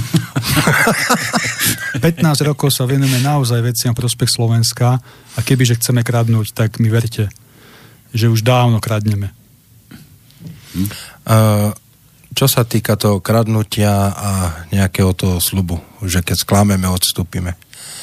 pätnásť rokov sa venujeme naozaj veciam prospech Slovenska a kebyže chceme kradnúť, tak mi verte, že už dávno kradneme. Hm? Uh, čo sa týka toho kradnutia a nejakého toho sľubu, že keď sklameme, odstúpime.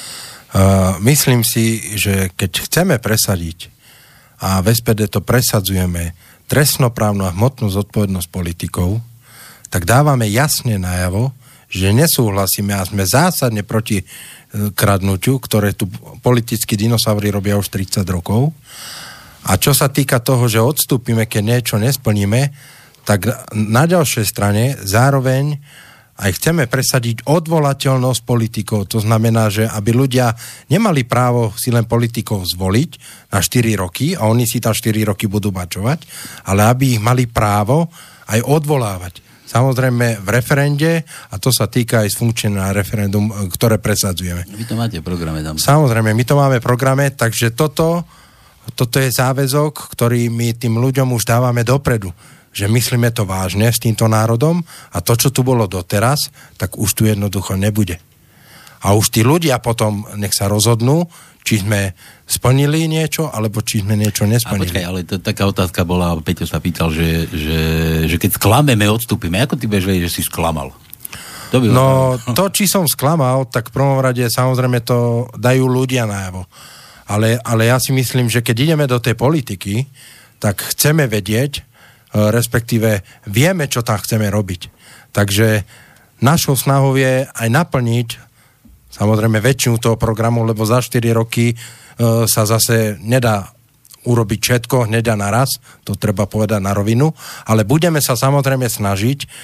Uh, myslím si, že keď chceme presadiť a v es pé dé to presadzujeme trestnoprávnu a hmotnú zodpovednosť politikov, tak dávame jasne najavo, že nesúhlasíme a sme zásadne proti kradnutiu, ktoré tu politickí dinosaury robia už tridsať rokov. A čo sa týka toho, že odstúpime, keď niečo nesplníme, tak na ďalšej strane zároveň aj chceme presadiť odvolateľnosť politikov. To znamená, že aby ľudia nemali právo si len politikov zvoliť na štyri roky a oni si tam štyri roky budú bačovať, ale aby ich mali právo aj odvolávať. Samozrejme v referende, a to sa týka aj z funkčne na referendum, ktoré presadzujeme. Vy to máte v programe tam. Samozrejme, my to máme v programe, takže toto, toto je záväzok, ktorý my tým ľuďom už dávame dopredu. Že myslíme to vážne s týmto národom a to, čo tu bolo doteraz, tak už tu jednoducho nebude. A už tí ľudia potom nech sa rozhodnú, či sme splnili niečo, alebo či sme niečo nesplnili. A počkaj, ale to, taká otázka bola, Peťo sa pýtal, že, že, že keď sklameme, odstúpime. Ako ty budeš vedieť, že si sklamal? To by no, to, či som sklamal, tak v prvom rade samozrejme to dajú ľudia najavo. Ale, ale ja si myslím, že keď ideme do tej politiky, tak chceme vedieť, respektíve vieme, čo tam chceme robiť. Takže našou snahou je aj naplniť samozrejme väčšinu toho programu, lebo za štyri roky e, sa zase nedá urobiť všetko, hneď a naraz, to treba povedať na rovinu, ale budeme sa samozrejme snažiť e,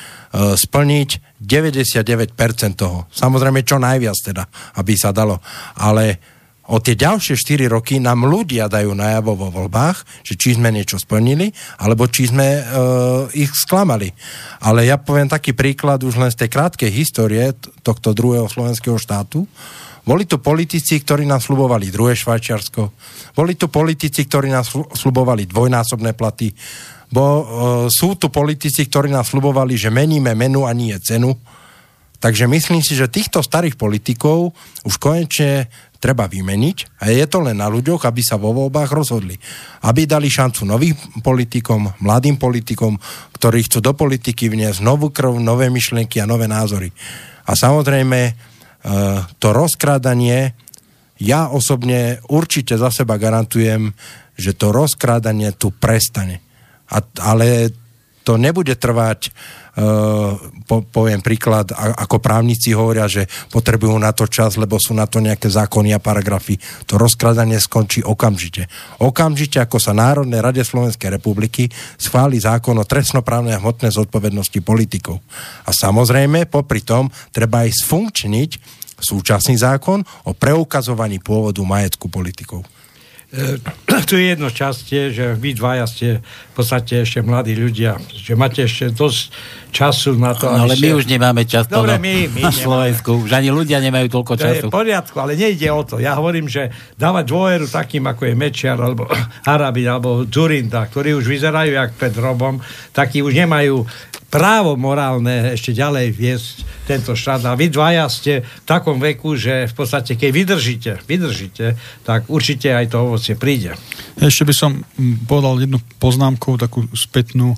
splniť deväťdesiatdeväť percent toho. Samozrejme čo najviac teda, aby sa dalo. Ale o tie ďalšie štyri roky nám ľudia dajú najavo vo voľbách, že či sme niečo splnili, alebo či sme e, ich sklamali. Ale ja poviem taký príklad už len z tej krátkej histórie tohto druhého slovenského štátu. Boli tu politici, ktorí nám sľubovali druhé Švajčiarsko. Boli tu politici, ktorí nám sľubovali dvojnásobné platy. Bo e, sú tu politici, ktorí nám sľubovali, že meníme menu a nie cenu. Takže myslím si, že týchto starých politikov už konečne treba vymeniť a je to len na ľuďoch, aby sa vo voľbách rozhodli. Aby dali šancu novým politikom, mladým politikom, ktorí chcú do politiky vniesť novú krv, nové myšlienky a nové názory. A samozrejme to rozkrádanie, ja osobne určite za seba garantujem, že to rozkrádanie tu prestane. A, ale to nebude trvať, uh, po, poviem príklad, a, ako právnici hovoria, že potrebujú na to čas, lebo sú na to nejaké zákony a paragrafy. To rozkladanie skončí okamžite. Okamžite, ako sa Národnej rade Slovenskej republiky schváli zákon o trestnoprávnej a hmotnej zodpovednosti politikov. A samozrejme, popri tom, treba aj sfunkčniť súčasný zákon o preukazovaní pôvodu majetku politikov. E, tu je jedno šťastie, že vy dvaja ste v podstate ešte mladí ľudia, že máte ešte dosť času na to. No, ale ešte... my už nemáme čas Dobre, no, my, my na Slovensku. Už ani ľudia nemajú toľko to času. To je v poriadku, ale nejde o to. Ja hovorím, že dávať dôveru takým, ako je Mečiar, alebo Harabin, alebo Dzurinda, ktorí už vyzerajú jak pred robom, takí už nemajú právo morálne ešte ďalej viesť tento štát. A vy dvaja ste v takom veku, že v podstate, keď vydržíte, vydržíte, tak určite aj to ovocie príde. Ešte by som povedal jednu poznámku, takú spätnú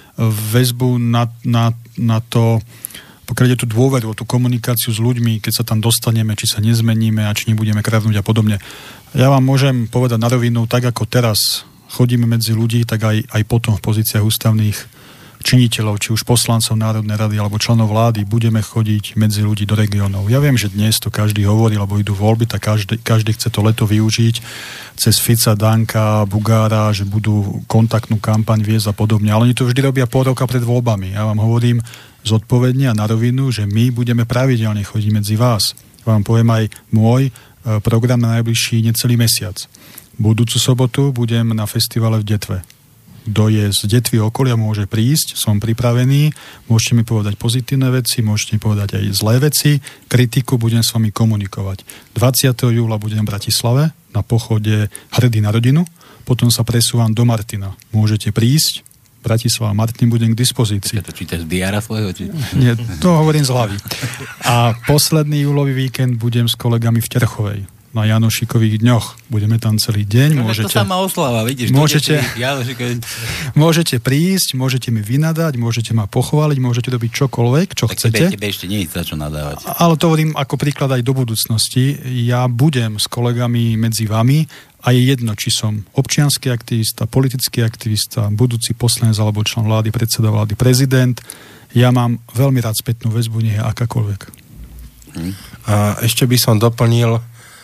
väzbu na, na, na to, pokiaľ ide tú dôveru, tú komunikáciu s ľuďmi, keď sa tam dostaneme, či sa nezmeníme a či nebudeme kradnúť a podobne. Ja vám môžem povedať na rovinu, tak ako teraz chodíme medzi ľudí, tak aj, aj potom v pozíciách ústavných činiteľov, či už poslancov Národnej rady alebo členov vlády, budeme chodiť medzi ľudí do regiónov. Ja viem, že dnes to každý hovorí, lebo idú voľby, tak každý, každý chce to leto využiť cez Fica, Danka, Bugára, že budú kontaktnú kampaň viesť a podobne. Ale oni to vždy robia pol roka pred voľbami. Ja vám hovorím zodpovedne a na rovinu, že my budeme pravidelne chodiť medzi vás. Ja vám poviem aj môj program na najbližší necelý mesiac. Budúcu sobotu budem na festivale v Detve. Kto je z Detvy okolia, môže prísť, som pripravený, môžete mi povedať pozitívne veci, môžete mi povedať aj zlé veci, kritiku, budem s vami komunikovať. dvadsiateho júla budem v Bratislave na pochode Hrdý na rodinu, potom sa presúvam do Martina. Môžete prísť, Bratislava, Martin, budem k dispozícii. To čítaš z diára svojho? Či... Nie, to hovorím z hlavy. A posledný júlový víkend budem s kolegami v Terchovej. Na Janošikových dňoch. Budeme tam celý deň. No, môžete, to sama oslava, vidíš. Môžete, Janošikovi... môžete prísť, môžete mi vynadať, môžete ma pochváliť, môžete robiť čokoľvek, čo tak chcete. Tak tebe ešte nie je za čo nadávať. Ale to hovorím ako príklad aj do budúcnosti. Ja budem s kolegami medzi vami a je jedno, či som občiansky aktivista, politický aktivista, budúci poslanec alebo člen vlády, predseda vlády, prezident. Ja mám veľmi rád spätnú väzbu, nie je akákoľvek. Hm. A ešte by som doplnil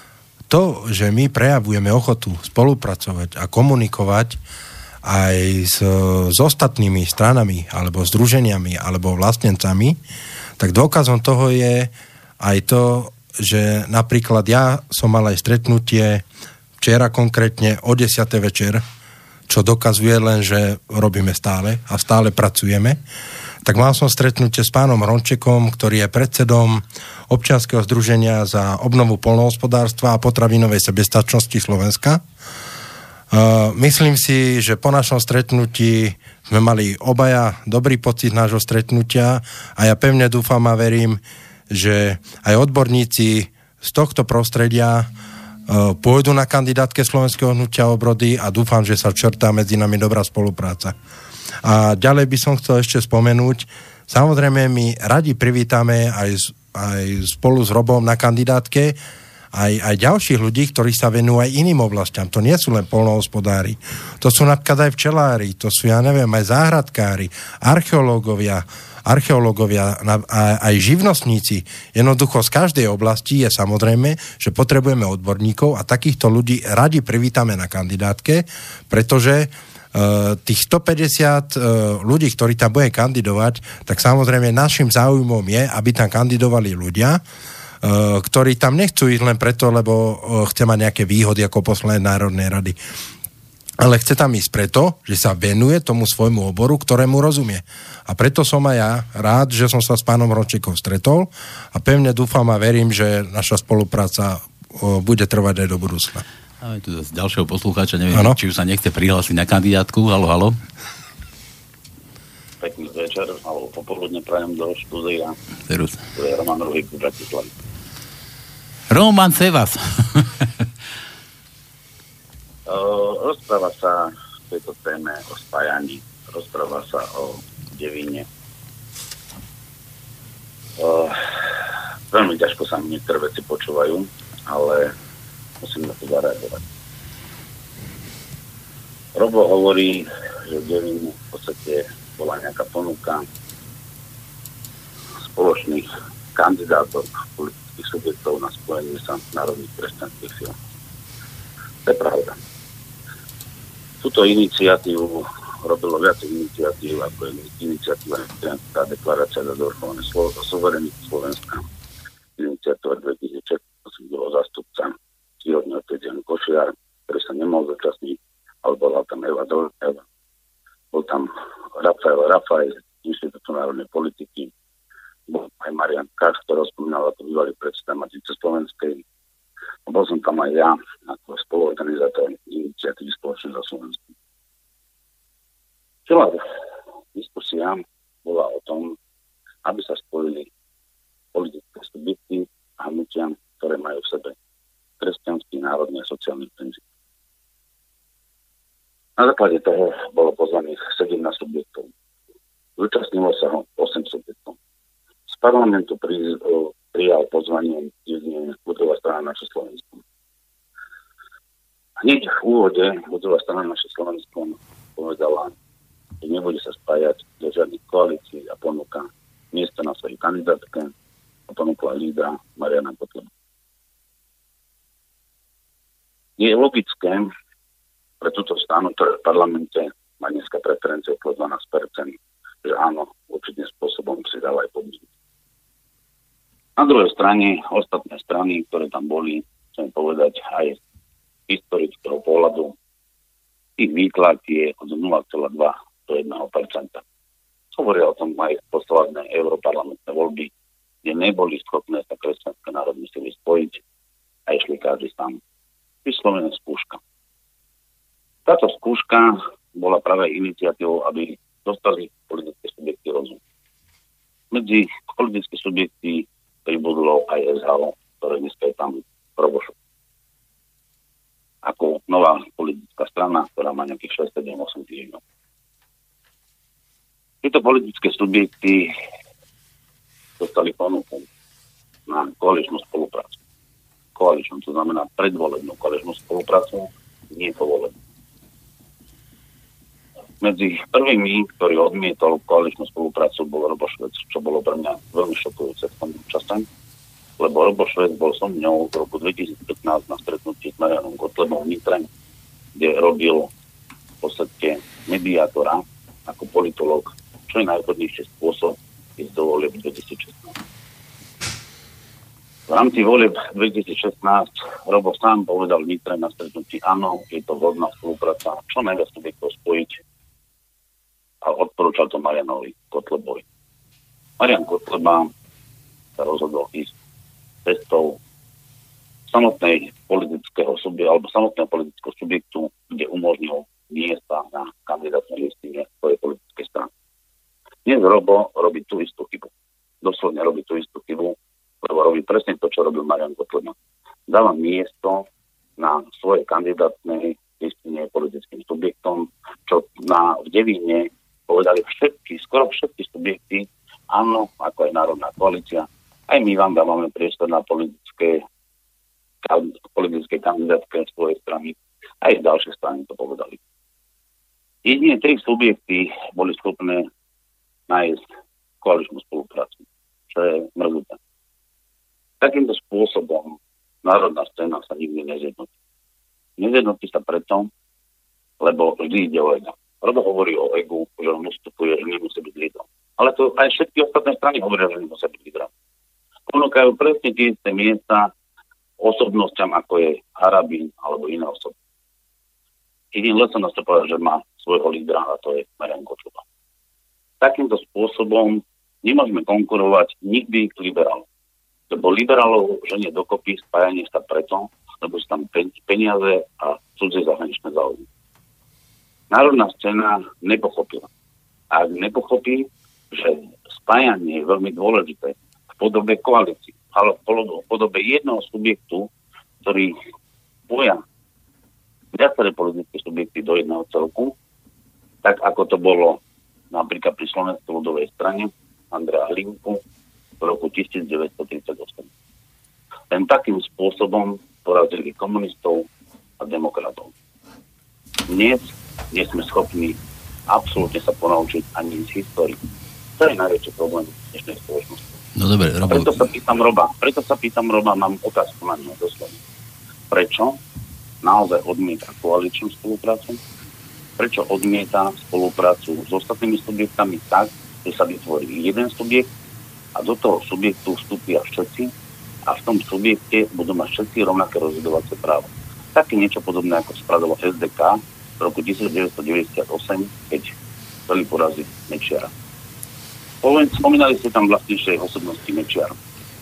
to, že my prejavujeme ochotu spolupracovať a komunikovať aj s, s ostatnými stranami alebo združeniami alebo vlastnencami, tak dôkazom toho je aj to, že napríklad ja som mal aj stretnutie včera konkrétne o desiatej večer, čo dokazuje len, že robíme stále a stále pracujeme. Tak mal som stretnutie s pánom Rončekom, ktorý je predsedom občianskeho združenia za obnovu poľnohospodárstva a potravinovej sebestačnosti Slovenska. Uh, myslím si, že po našom stretnutí sme mali obaja dobrý pocit nášho stretnutia a ja pevne dúfam a verím, že aj odborníci z tohto prostredia uh, pôjdu na kandidátke Slovenského hnutia obrody a dúfam, že sa črtá medzi nami dobrá spolupráca. A ďalej by som chcel ešte spomenúť, samozrejme my radi privítame aj, aj spolu s Robom na kandidátke aj, aj ďalších ľudí, ktorí sa venujú aj iným oblastiam. To nie sú len poľnohospodári, to sú napríklad aj včelári, to sú, ja neviem, aj záhradkári, archeológovia, archeológovia, aj živnostníci. Jednoducho z každej oblasti je samozrejme, že potrebujeme odborníkov a takýchto ľudí radi privítame na kandidátke, pretože Uh, tých stopäťdesiat uh, ľudí, ktorí tam bude kandidovať, tak samozrejme našim záujmom je, aby tam kandidovali ľudia, uh, ktorí tam nechcú ísť len preto, lebo uh, chce mať nejaké výhody ako poslanec Národnej rady. Ale chce tam ísť preto, že sa venuje tomu svojmu oboru, ktorému rozumie. A preto som aj ja rád, že som sa s pánom Rončekom stretol a pevne dúfam a verím, že naša spolupráca uh, bude trvať aj do budúcna. Máme tu z ďalšieho poslucháča, neviem, ano? či už sa nechce prihlásiť na kandidátku. Halo, halo. Pekný večer, alebo popoludne prajem do štúdia. Serus. To je Roman Ruhík v Bratislavi. Roman Sevas. uh, rozpráva sa v tejto téme o spájaní. Rozpráva sa o Devíne. Uh, veľmi ťažko sa mi niektoré veci počúvajú, ale musím na to zareagovať. Robo hovorí, že v Devíne v podstate bola nejaká ponuka spoločných kandidátov politických subjektov na spojenie sa národných kresťanských síl. To je pravda. Túto iniciatívu robilo viac iniciatív, ako je iniciatíva tá deklarácia za dovrchované suverenity Slovenska. Iniciatíva dvetisícšesť som bolo zástupca cíhodný otec Jan Košiar, ktorý sa nemohol zúčastniť, ale bola tam Eva Doleva, bol tam Rafael Rafaj z Inštitútu národnej politiky, bol aj Marian Kach, ktorý spomínal ako bývalý predseda Matice Slovenskej. A bol som tam aj ja, ako spoluorganizátor iniciatívy Spoločne za Slovensku. Celá diskusia bola o tom, aby sa spojili politické subjekty a hnutia, ktoré majú v sebe kresťanský, národný a sociálny princíp. Na základe toho bolo pozvaných sedemnásť subjektov. Zúčastnilo sa ho osem subjektov. Z parlamentu pri, prijal pozvanie jedine ľudová strana Naše Slovensko. Hneď v úvode ľudová strana Naše Slovensko povedala že nebude sa spájať do žiadnych koalícií a ponúka miesto na svojej kandidátke a ponúkla lídra Mariana Kotlebu. Je logické pre túto stranu, ktorá v parlamente má dneska preferencie okolo dvanásť percent, že áno, určitým spôsobom si dáva aj pomôcť. Na druhej strane, ostatné strany, ktoré tam boli, chcem povedať aj z historického pohľadu, ich výklad je od nula celá dva do jedno percento. Hovoria o tom aj posledné europarlamentné voľby, kde neboli schopné sa kresťanské národné sily spojiť a išli každý sám. Vyslovená skúška. Táto skúška bola práve iniciatívou, aby dostali politické subjekty rozum. Medzi politické subjekty pribudlo aj es há ó, ktoré dneska je tam Robošov. Ako nová politická strana, ktorá má nejakých šesť sedem osem týždňov. Tieto politické subjekty dostali ponuku na koaličnú spoluprácu. Koaličnú, to znamená predvolebnú koaličnú spoluprácu, nie povolebnú. Medzi prvými, ktorý odmietol koaličnú spoluprácu, bol Robo Švec, čo bolo pre mňa veľmi šokujúce v tom čase, lebo Robo Švec bol som ňou v roku dvetisícpätnásť na stretnutí s Marianom Kotlebom v Nitre, kde robil v podstate mediátora ako politolog, čo je najvhodnejší spôsob ísť do volieb dvetisícšestnásť. V rámci volieb dvetisícšestnásť Robo sám povedal v Nitre na stretnutí, áno, je to vhodná spolupráca, čo najviac subjektov spojiť, a odporúčal to Marianovi Kotlebovi. Marian Kotleba sa rozhodol ísť cestou samotnej politického subjektu, alebo samotného politického subjektu, kde umožnil miesta na kandidátnej listine svojej politickej strany. Dnes Robo robí tú istú chybu. Doslovne robí tú istú chybu, lebo robí presne to, čo robil Marian Kotleba. Dáva miesto na svojej kandidátnej listine politickým subjektom, čo na, v Devíne povedali všetky, skoro všetky subjekty, áno, ako aj Národná koalícia. Aj my vám dávame priestor na politické, politické kandidátke svojej strany. Aj ďalšie strany to povedali. Jedine tri subjekty boli schopné nájsť koaličnú spoluprácu, čo je mrzúce. Takýmto spôsobom národná scéna sa nikdy nezjednotí. Nezjednotí sa preto, lebo vždy ide o ego. Robo hovorí o egu, že on ustupuje, že nemusí byť lídrom. Ale to aj všetky ostatné strany hovoria, že nemusí byť lídrom. Ponúkajú presne tie isté miesta osobnostiam, ako je Harabín alebo iné osoby. Jediný len som nás to povedal, že má svojho lídra, a to je Marian Kotleba. Takýmto spôsobom nemôžeme konkurovať nikdy liberálom. Lebo liberálov ženie dokopy spájanie sa preto, lebo sú tam peniaze a cudzie zahraničné záujmy. Národná scéna nepochopila. A ak nepochopí, že spájanie je veľmi dôležité v podobe koalícií, ale v podobe jedného subjektu, ktorý spoja viaceré politické subjekty do jedného celku, tak ako to bolo napríklad pri Slovenskej ľudovej strane Andreja Hlinku v roku devätnásťtridsaťosem. Len takým spôsobom porazili komunistov a demokratov. Dnes nie sme schopní absolútne sa ponaučiť ani z histórii. To je najväčší problém dnešnej spoločnosti. No dobre, Robo... Preto sa pýtam Roba, preto sa pýtam Roba, mám otázku na ňu doslovne. Prečo naozaj odmieta koaličnú spoluprácu? Prečo odmieta spoluprácu s ostatnými subjektami tak, že sa vytvorí jeden subjekt a do toho subjektu vstúpia všetci a v tom subjekte budú mať všetci rovnaké rozhodovacie právo. Také niečo podobné, ako spravilo es dé ká v roku devätnásťdeväťdesiatosem, keď chceli poraziť Mečiara. Spomínali ste tam vlastnejšej osobnosti Mečiara.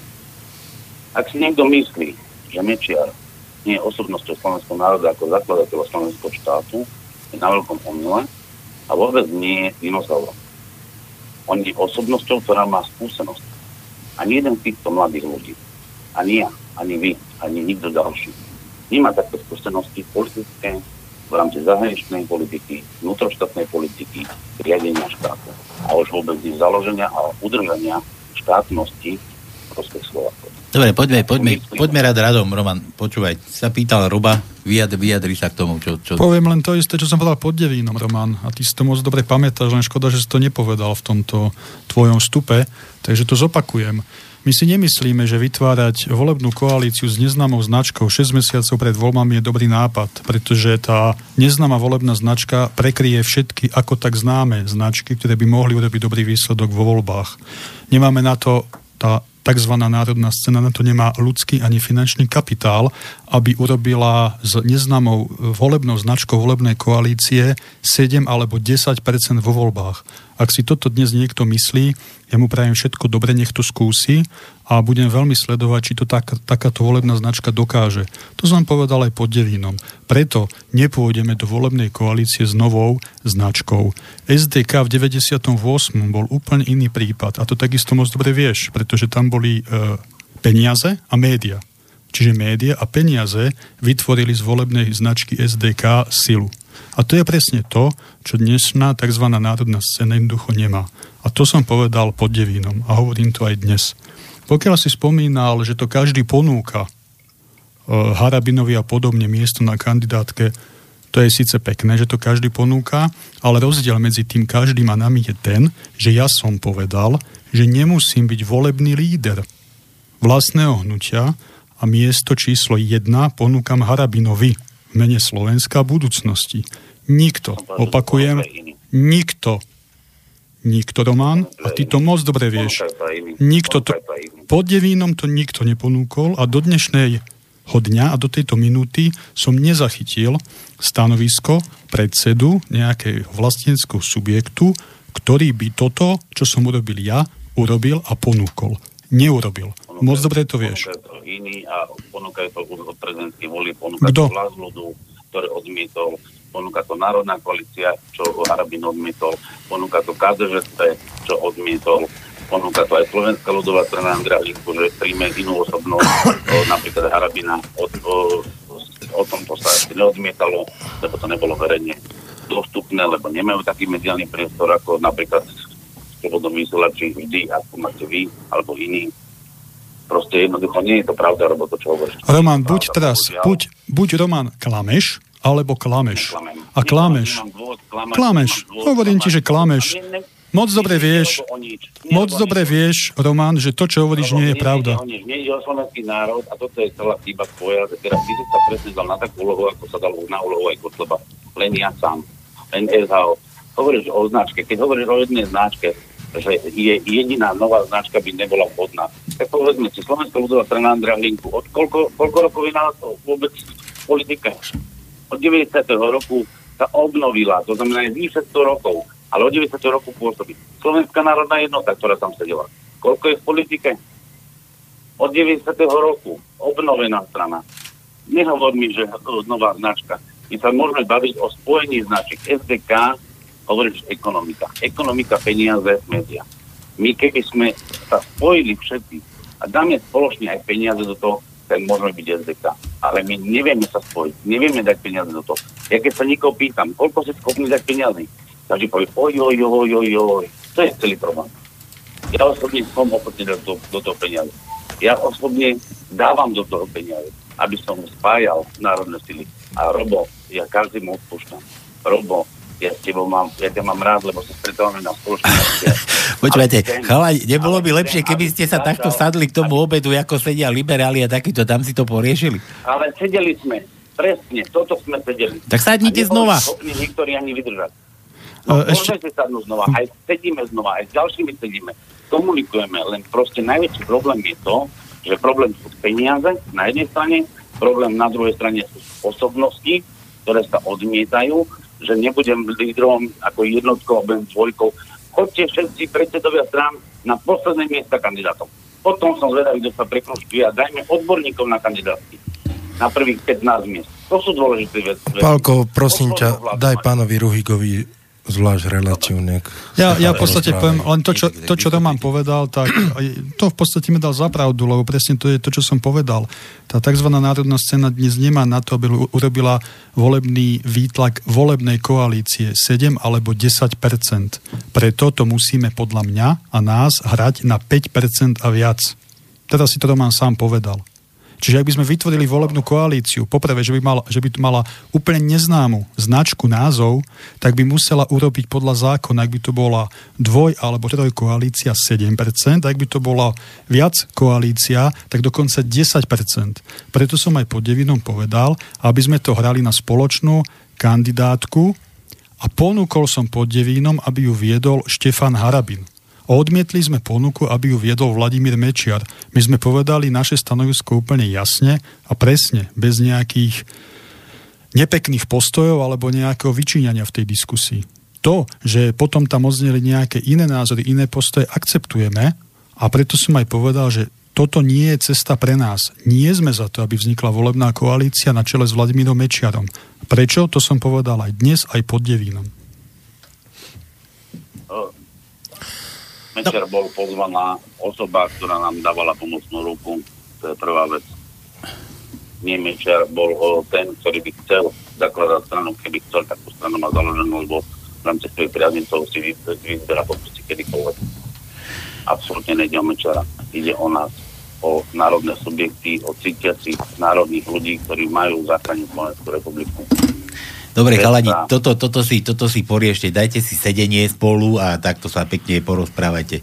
Ak si niekto myslí, že Mečiar nie je osobnosťou slovenského národa ako zakladateľa slovenského štátu, je na veľkom omyle a vôbec nie je dinosaurom. On je osobnosťou, ktorá má skúsenosť. Ani jeden z týchto mladých ľudí, ani ja, ani vy, ani nikto ďalší, nemá takto skúsenosti politické, v rámci zahraničnej politiky, vnútroštátnej politiky, riadenia štátu. A už vôbec nie založenia a udržania štátnosti v prospech Slovákov. Dobre, poďme, poďme, poďme rád radom, Roman, počúvaj. Sa pýtal Ruba, vyjadri, vyjadri sa k tomu, čo, čo... Poviem len to isté, čo som povedal pod Devínom, Roman, a ty si to moc dobre pamätáš, len škoda, že si to nepovedal v tomto tvojom vstupe, takže to zopakujem. My si nemyslíme, že vytvárať volebnú koalíciu s neznámou značkou šesť mesiacov pred voľbami je dobrý nápad, pretože tá neznáma volebná značka prekryje všetky ako tak známe značky, ktoré by mohli urobiť dobrý výsledok vo voľbách. Nemáme na to tá takzvaná národná scéna, na to nemá ľudský ani finančný kapitál, aby urobila s neznámou volebnou značkou volebnej koalície sedem alebo desať percent vo voľbách. Ak si toto dnes niekto myslí, ja mu prajem všetko dobre, nech to skúsi a budem veľmi sledovať, či to tak, takáto volebná značka dokáže. To som povedal aj pod Devínom. Preto nepôjdeme do volebnej koalície s novou značkou. es dé ká v deväťdesiatom ôsmom bol úplne iný prípad a to takisto moc dobre vieš, pretože tam boli e, peniaze a média. Čiže média a peniaze vytvorili z volebnej značky es dé ká silu. A to je presne to, čo dnešná tzv. Národná scéna jednoducho nemá. A to som povedal pod Devínom a hovorím to aj dnes. Pokiaľ si spomínal, že to každý ponúka e, Harabinovi a podobne miesto na kandidátke, to je síce pekné, že to každý ponúka, ale rozdiel medzi tým každým a nami je ten, že ja som povedal, že nemusím byť volebný líder vlastného hnutia a miesto číslo jedna ponúkam Harabinovi v mene Slovenska budúcnosti. Nikto, opakujem, nikto, nikto, Roman, a ty to moc dobre vieš, nikto to, pod Devínom to nikto neponúkol a do dnešného dňa a do tejto minúty som nezachytil stanovisko predsedu nejakého vlastníckeho subjektu, ktorý by toto, čo som urobil ja, urobil a ponúkol. Neurobil. Ponúkajú, moc dobre to vieš. Ponúkajú to iní a ponúkajú to od prezidentských volí, ponúkajú to Hlas ľudu, ktorý odmietol, ponúka to Národná koalícia, čo Harabin odmietol, ponúka to ká dé žé pé, čo odmietol, ponúka to aj Slovenská ľudová strana Andreja Hlinku, že príjme inú osobnosť, napríklad Harabina. O, o, o tomto sa ešte neodmietalo, lebo to nebolo verejne dostupné, lebo nemajú taký mediálny priestor, ako napríklad slobodnom vysielači vždy, ako máte vy, alebo iní. Proste jednoducho nie je to pravda, alebo to, čo hovoríš. Roman, buď teraz, buď, buď Roman klameš, alebo klameš. A klameš. Klameš. Hovorím ti, že klameš. Moc dobre vieš, moc dobre vieš, Roman, že to, čo hovoríš, nie je pravda. Nie je o slovenský národ a toto je celá chyba tvoja, že teraz ty si sa presne dal na takú úlohu, ako sa dal na úlohu aj Kotleba. Len ja sám. Len es há ó. Hovoríš o značke. Keď hovoríš o jednej značke, že je jediná nová značka by nebola vhodná, tak povedzme si, Slovenská ľudová strana Andreja Hlinku, od koľko, koľko rokov je na to vôbec politika? Od deväťdesiateho roku sa obnovila, to znamená je vyše sto rokov, ale od deväťdesiateho roku pôsobí. Slovenská národná jednota, ktorá tam sedela. Koľko je v politike? Od deväťdesiateho roku obnovená strana. Nehovor mi, že nová značka. My sa môžeme baviť o spojení značiek es dé ká, hovoríš ekonomika. Ekonomika, peniaze, média. My keby sme sa spojili všetci a dáme spoločne aj peniaze do toho, tak môžeme byť es dé ká. Ale my nevieme sa spojiť, nevieme dať peniaze do toho. Ja keď sa niekoho pýtam, koľko si schopný dať peniaze, takže povie, oj, oj, oj, oj, oj. To je celý problém. Ja osobne som ochotný dať do, do toho peniaze. Ja osobne dávam do toho peniaze, aby som spájal národné sily. A Robo, ja každému odpúšťam. Robo, ja s tebou mám, ja ťa mám rád, lebo sa stretávame na spoločnosti. Počúvajte, chalani, nebolo by lepšie, keby ste sa takto sadli k tomu obedu, ako sedia liberáli a takýto, tam si to poriešili? Ale sedeli sme, presne, toto sme sedeli. Tak sadnite znova. A neboli schopní niektorí ani vydržať. No, uh, môžeme si sadnúť znova, aj sedíme znova, aj s ďalšími sedíme, komunikujeme, len proste najväčší problém je to, že problém sú peniaze na jednej strane, problém na druhej strane sú osobnosti, ktoré sa odmietajú, že nebudem lídrom ako jednotkou, alebo dvojkou. Chodte všetci predsedovia strán na posledné miesta kandidátov. Potom som zvedavý, kto sa prekruží a dajme odborníkov na kandidátky. Na prvých pätnásť miest. To sú dôležité veci. Pálko, prosím ťa, daj pánovi Ruhigovi zvlášť reláciu. Ja, ja v podstate poviem, len to čo, to, čo Roman povedal, tak to v podstate mi dal za pravdu, lebo presne to je to, čo som povedal. Tá tzv. Národná scéna dnes nemá na to, aby urobila volebný výtlak volebnej koalície sedem alebo desať percent. Preto to musíme podľa mňa a nás hrať na päť percent a viac. Teraz si to Roman sám povedal. Čiže ak by sme vytvorili volebnú koalíciu, poprvé, že by, mal, že by mala úplne neznámu značku, názov, tak by musela urobiť podľa zákona, ak by to bola dvoj- alebo trojkoalícia sedem percent, ak by to bola viac koalícia, tak dokonca desať percent. Preto som aj pod Devínom povedal, aby sme to hrali na spoločnú kandidátku a ponúkol som pod Devínom, aby ju viedol Štefan Harabin. Odmietli sme ponuku, aby ju viedol Vladimír Mečiar. My sme povedali naše stanovisko úplne jasne a presne, bez nejakých nepekných postojov alebo nejakého vyčíňania v tej diskusii. To, že potom tam odzneli nejaké iné názory, iné postoje, akceptujeme a preto som aj povedal, že toto nie je cesta pre nás. Nie sme za to, aby vznikla volebná koalícia na čele s Vladimírom Mečiarom. Prečo? To som povedal aj dnes, aj pod Devínom. Mečiar bol pozvaná osoba, ktorá nám dávala pomocnú ruku. To je prvá vec. Nie Mečiar bol ten, ktorý by chcel zakladať stranu, keby chcel takú stranu má založenú, lebo v rámci svojich priaznicov si vyzberá podpisy kedykoľvek. Absolútne nejde o Mečiara. Ide o nás, o národné subjekty, o cítiacich národných ľudí, ktorí majú zachrániť Slovenskú republiku. Dobre, chalani, toto, toto, si, toto si poriešte, dajte si sedenie spolu a takto sa pekne porozprávajte.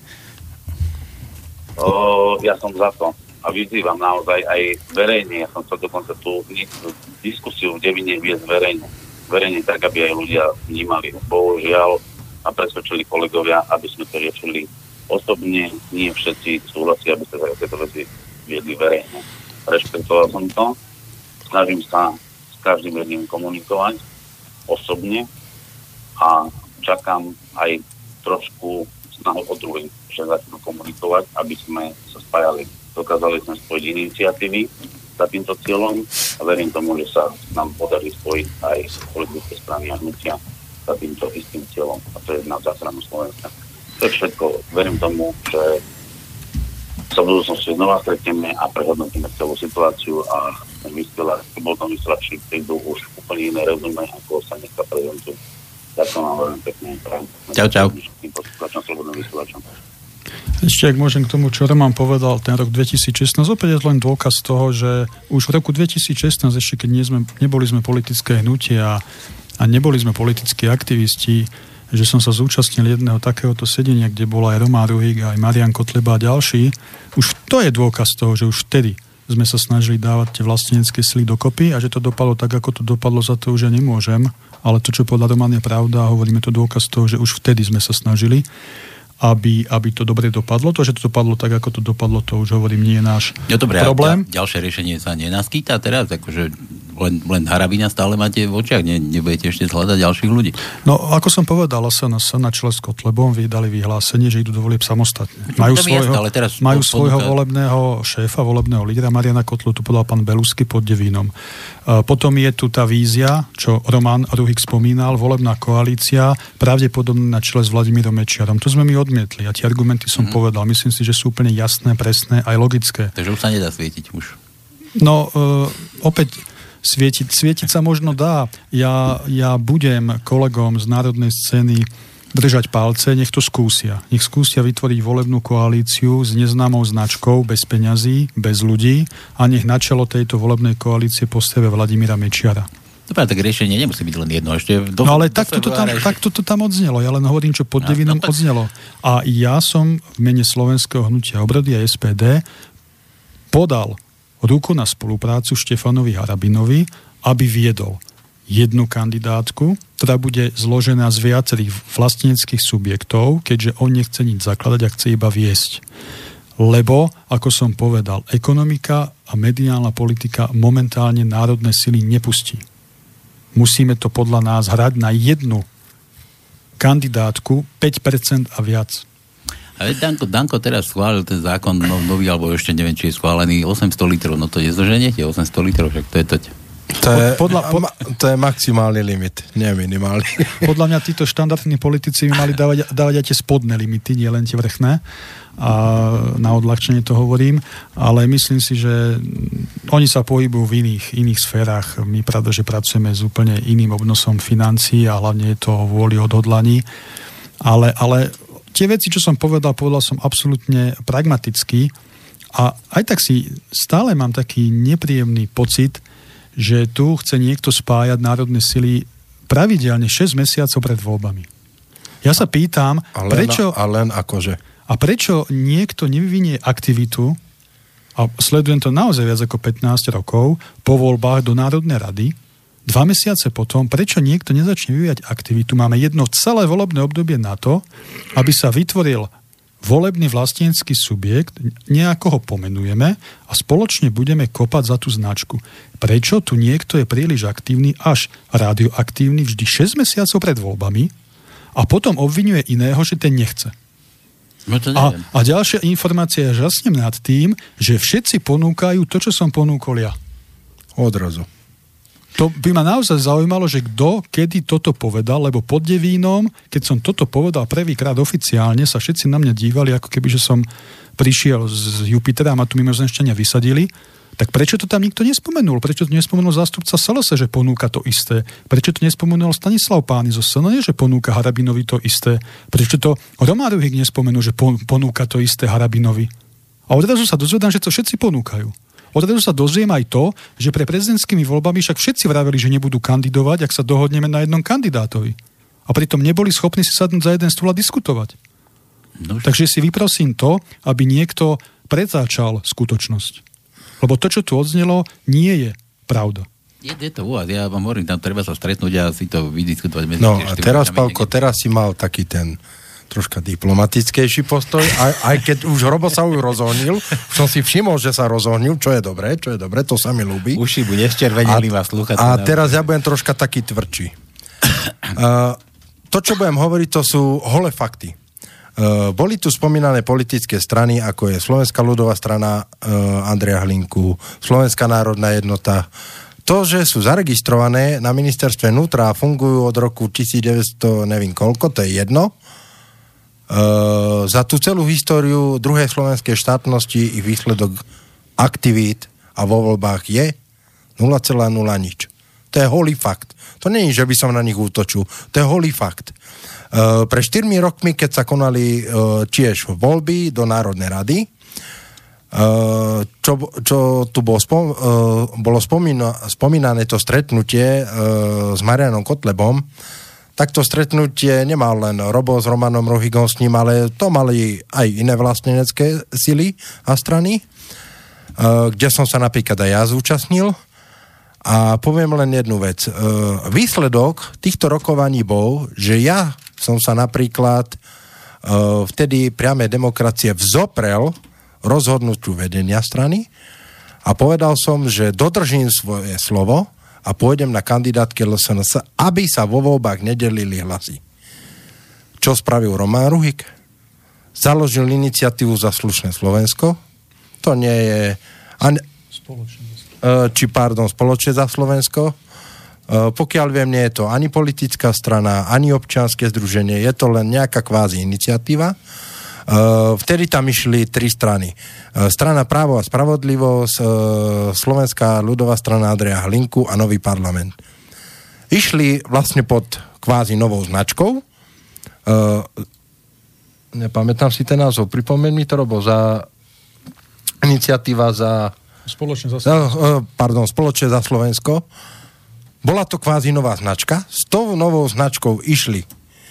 O, ja som za to a vyzývam naozaj aj verejne, ja som sa dokonca tú diskusiu v Devine viesť verejne, verejne tak, aby aj ľudia vnímali. Bohužiaľ a presvedčili kolegovia, aby sme to riešili osobne, nie všetci súhlasia, aby sa takéto veci viedli verejne. Rešpektoval som to, snažím sa s každým jedným komunikovať osobne a čakám aj trošku snahu od druhých, že začnú komunikovať, aby sme sa spájali. Dokázali sme spojiť iniciatívy za týmto cieľom a verím tomu, že sa nám podarí spojiť aj politické strany a hnutia za týmto istým cieľom a to je na záchranu Slovenska. To je všetko. Verím tomu, že sa v budúcnosti znova stretneme a prehodnotíme celú situáciu a vysielač, bol tam vysielači, prídu už úplne iné rezume, ako sa dneska prezentujú. Ďakujem vám veľmi pekne. Čau, čau. Ešte ak môžem k tomu, čo Roman povedal, ten rok dvetisícšestnásť, opäť je len dôkaz toho, že už v roku dvetisícšestnásť, ešte keď nie sme, neboli sme politické hnutie a, a neboli sme politickí aktivisti, že som sa zúčastnil jedného takéhoto sedenia, kde bol aj Roman Ruhík, aj Marian Kotleba a ďalší. Už to je dôkaz toho, že už vtedy sme sa snažili dávať tie vlastenecké sily dokopy a že to dopadlo tak, ako to dopadlo, za to už ja nemôžem. Ale to, čo podľa Roman je pravda a hovoríme to dôkaz toho, že už vtedy sme sa snažili, aby, aby to dobre dopadlo. To, že to dopadlo tak, ako to dopadlo, to už hovorím, nie je náš no, dobré, problém. A ďalšie riešenie sa nenaskýta teraz, akože len, len Harabina stále máte v očiach, ne, nebudete ešte hľadať ďalších ľudí. No, ako som povedal, es en es na čele s Kotlebom vydali vyhlásenie, že idú do volieb samostatne. Majú svojho, jasne, majú svojho volebného šéfa, volebného lídera Mariana Kotlu, tu podal pán Belusky pod Devínom. Potom je tu tá vízia, čo Roman Ruhík spomínal, volebná koalícia, pravdepodobne na čele s Vladimírom Mečiarom. To sme my odmietli a tie argumenty som mm. povedal. Myslím si, že sú úplne jasné, presné, aj logické. Takže už sa nedá svietiť už. No, uh, opäť svietiť, svietiť sa možno dá. Ja, ja budem kolegom z národnej scény držať palce, nech to skúsia. Nech skúsia vytvoriť volebnú koalíciu s neznámou značkou, bez peňazí, bez ľudí a nech na čelo tejto volebnej koalície postavia Vladimíra Mečiara. Dobre, tak riešenie nemusí byť len jedno. Ešte do, no ale tak toto tam, to tam odznelo. Ja len hovorím, čo pod Devínom no, odznelo. A ja som v mene Slovenského hnutia obrody a es pé dé podal ruku na spoluprácu Štefanovi Harabinovi, aby viedol jednu kandidátku, ktorá bude zložená z viacerých vlasteneckých subjektov, keďže on nechce nič zakladať a chce iba viesť. Lebo, ako som povedal, ekonomika a mediálna politika momentálne národné sily nepustí. Musíme to podľa nás hrať na jednu kandidátku päť percent a viac. Ale Danko, Danko teraz schválil ten zákon no, nový, alebo ešte neviem, či je schválený osemsto litrov. No to nezdrženiete? osemsto litrov, však to je toť. To je, podľa, pod... to je maximálny limit, nie minimálny. Podľa mňa títo štandardní politici by mali dávať, dávať aj tie spodné limity, nie len tie vrchné. A na odľahčenie to hovorím, ale myslím si, že oni sa pohybujú v iných, iných sférach. My pravda, že pracujeme s úplne iným obnosom financií a hlavne je to o vôli odhodlaní. Ale, ale tie veci, čo som povedal, povedal som absolútne pragmaticky A aj tak si stále mám taký nepríjemný pocit, že tu chce niekto spájať národné sily pravidelne šesť mesiacov pred voľbami. Ja sa pýtam, a len, prečo... A len akože... A prečo niekto nevyvinie aktivitu, a sledujem to naozaj viac ako pätnásť rokov, po voľbách do Národnej rady, dva mesiace potom, prečo niekto nezačne vyvíjať aktivitu? Máme jedno celé volebné obdobie na to, aby sa vytvoril volebný vlastnícky subjekt, nejako ho pomenujeme a spoločne budeme kopať za tú značku. Prečo tu niekto je príliš aktívny, až radioaktívny vždy šesť mesiacov pred voľbami a potom obviňuje iného, že ten nechce? No to a, a ďalšia informácia, žasnem nad tým, že všetci ponúkajú to, čo som ponúkol ja. Odrazu. To by ma naozaj zaujímalo, že kto kedy toto povedal, lebo pod Devínom, keď som toto povedal prvýkrát oficiálne, sa všetci na mňa dívali, ako keby, že som prišiel z Jupitera a ma tu mimozemšťania vysadili. Tak prečo to tam nikto nespomenul? Prečo to nespomenul zástupca es el es, že ponúka to isté? Prečo to nespomenul Stanislav Pány zo es en es, že ponúka Harabinovi to isté? Prečo to Roman Ruhík nespomenul, že ponúka to isté Harabinovi? A odrazu sa dozvedám, že to všetci ponúkajú. Odrazu sa dozviem aj to, že pre prezidentskými voľbami však všetci vraveli, že nebudú kandidovať, ak sa dohodneme na jednom kandidátovi. A pritom neboli schopní si sadnúť za jeden stôl a diskutovať. No, takže si vyprosím to, aby niekto predzáčal skutočnosť. Lebo to, čo tu odznelo, nie je pravda. Je, je to u vás, ja vám hovorím, tam treba sa stretnúť a si to vydiskutovať. Medzi no a teraz, Pavko, teraz si mal taký ten troška diplomatickejší postoj, aj, aj keď už Robo sa už rozohnil, som si všimol, že sa rozohnil, čo je dobré, čo je dobré, to sa mi ľúbi. Uši bude ščervenili vás slúchať. A teraz ja budem troška taký tvrdší. Uh, to, čo budem hovoriť, to sú holé fakty. Uh, boli tu spomínané politické strany, ako je Slovenská ľudová strana uh, Andreja Hlinku, Slovenská národná jednota. To, že sú zaregistrované na ministerstve vnútra a fungujú od roku devätnásť neviem koľko, to je jedno. Uh, za tú celú históriu druhej slovenskej štátnosti ich výsledok aktivít a vo voľbách je nula celá nula nič. To je holý fakt. To nie je, že by som na nich útočil. To je holý fakt. Uh, pre štyrmi rokmi, keď sa konali uh, tiež voľby do Národnej rady, uh, čo, čo tu bolo, spom, uh, bolo spomína, spomínané to stretnutie uh, s Marianom Kotlebom, tak to stretnutie nemal len Robo s Romanom Rohigom s ním, ale to mali aj iné vlastenecké sily a strany, uh, kde som sa napríklad aj ja zúčastnil. A poviem len jednu vec. Uh, výsledok týchto rokovaní bol, že ja som sa napríklad uh, vtedy priamej demokracie vzoprel rozhodnutiu vedenia strany a povedal som, že dodržím svoje slovo a pôjdem na kandidátke el es en es, aby sa vo voľbách nedelili hlasy. Čo spravil Roman Ruhík? Založil iniciatívu za slušné Slovensko. To nie je... Ani, uh, či, pardon, Spoločne za Slovensko. Uh, pokiaľ viem, nie je to ani politická strana, ani občianske združenie, je to len nejaká kvázi iniciatíva. Uh, vtedy tam išli tri strany. Uh, strana Právo a spravodlivosť, uh, Slovenská ľudová strana Andreja Hlinku a Nový parlament. Išli vlastne pod kvázi novou značkou. Uh, nepamätám si ten názov, pripomeň mi to, Robo, za iniciatíva za... Spoločne za Slovensko. Uh, pardon, Spoločne za Slovensko. Bola to kvázi nová značka. S tou novou značkou išli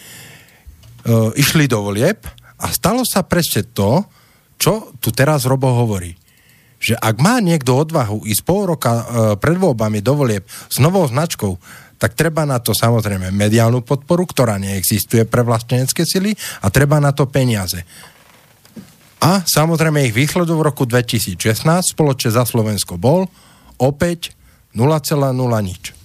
uh, išli do volieb a stalo sa presne to, čo tu teraz Robo hovorí. Že ak má niekto odvahu ísť pol roka uh, pred voľbami do volieb s novou značkou, tak treba na to samozrejme mediálnu podporu, ktorá neexistuje pre vlastenecké sily a treba na to peniaze. A samozrejme ich výsledok v roku dvetisícšestnásť Spoločne za Slovensko bol opäť nula celá nula nič.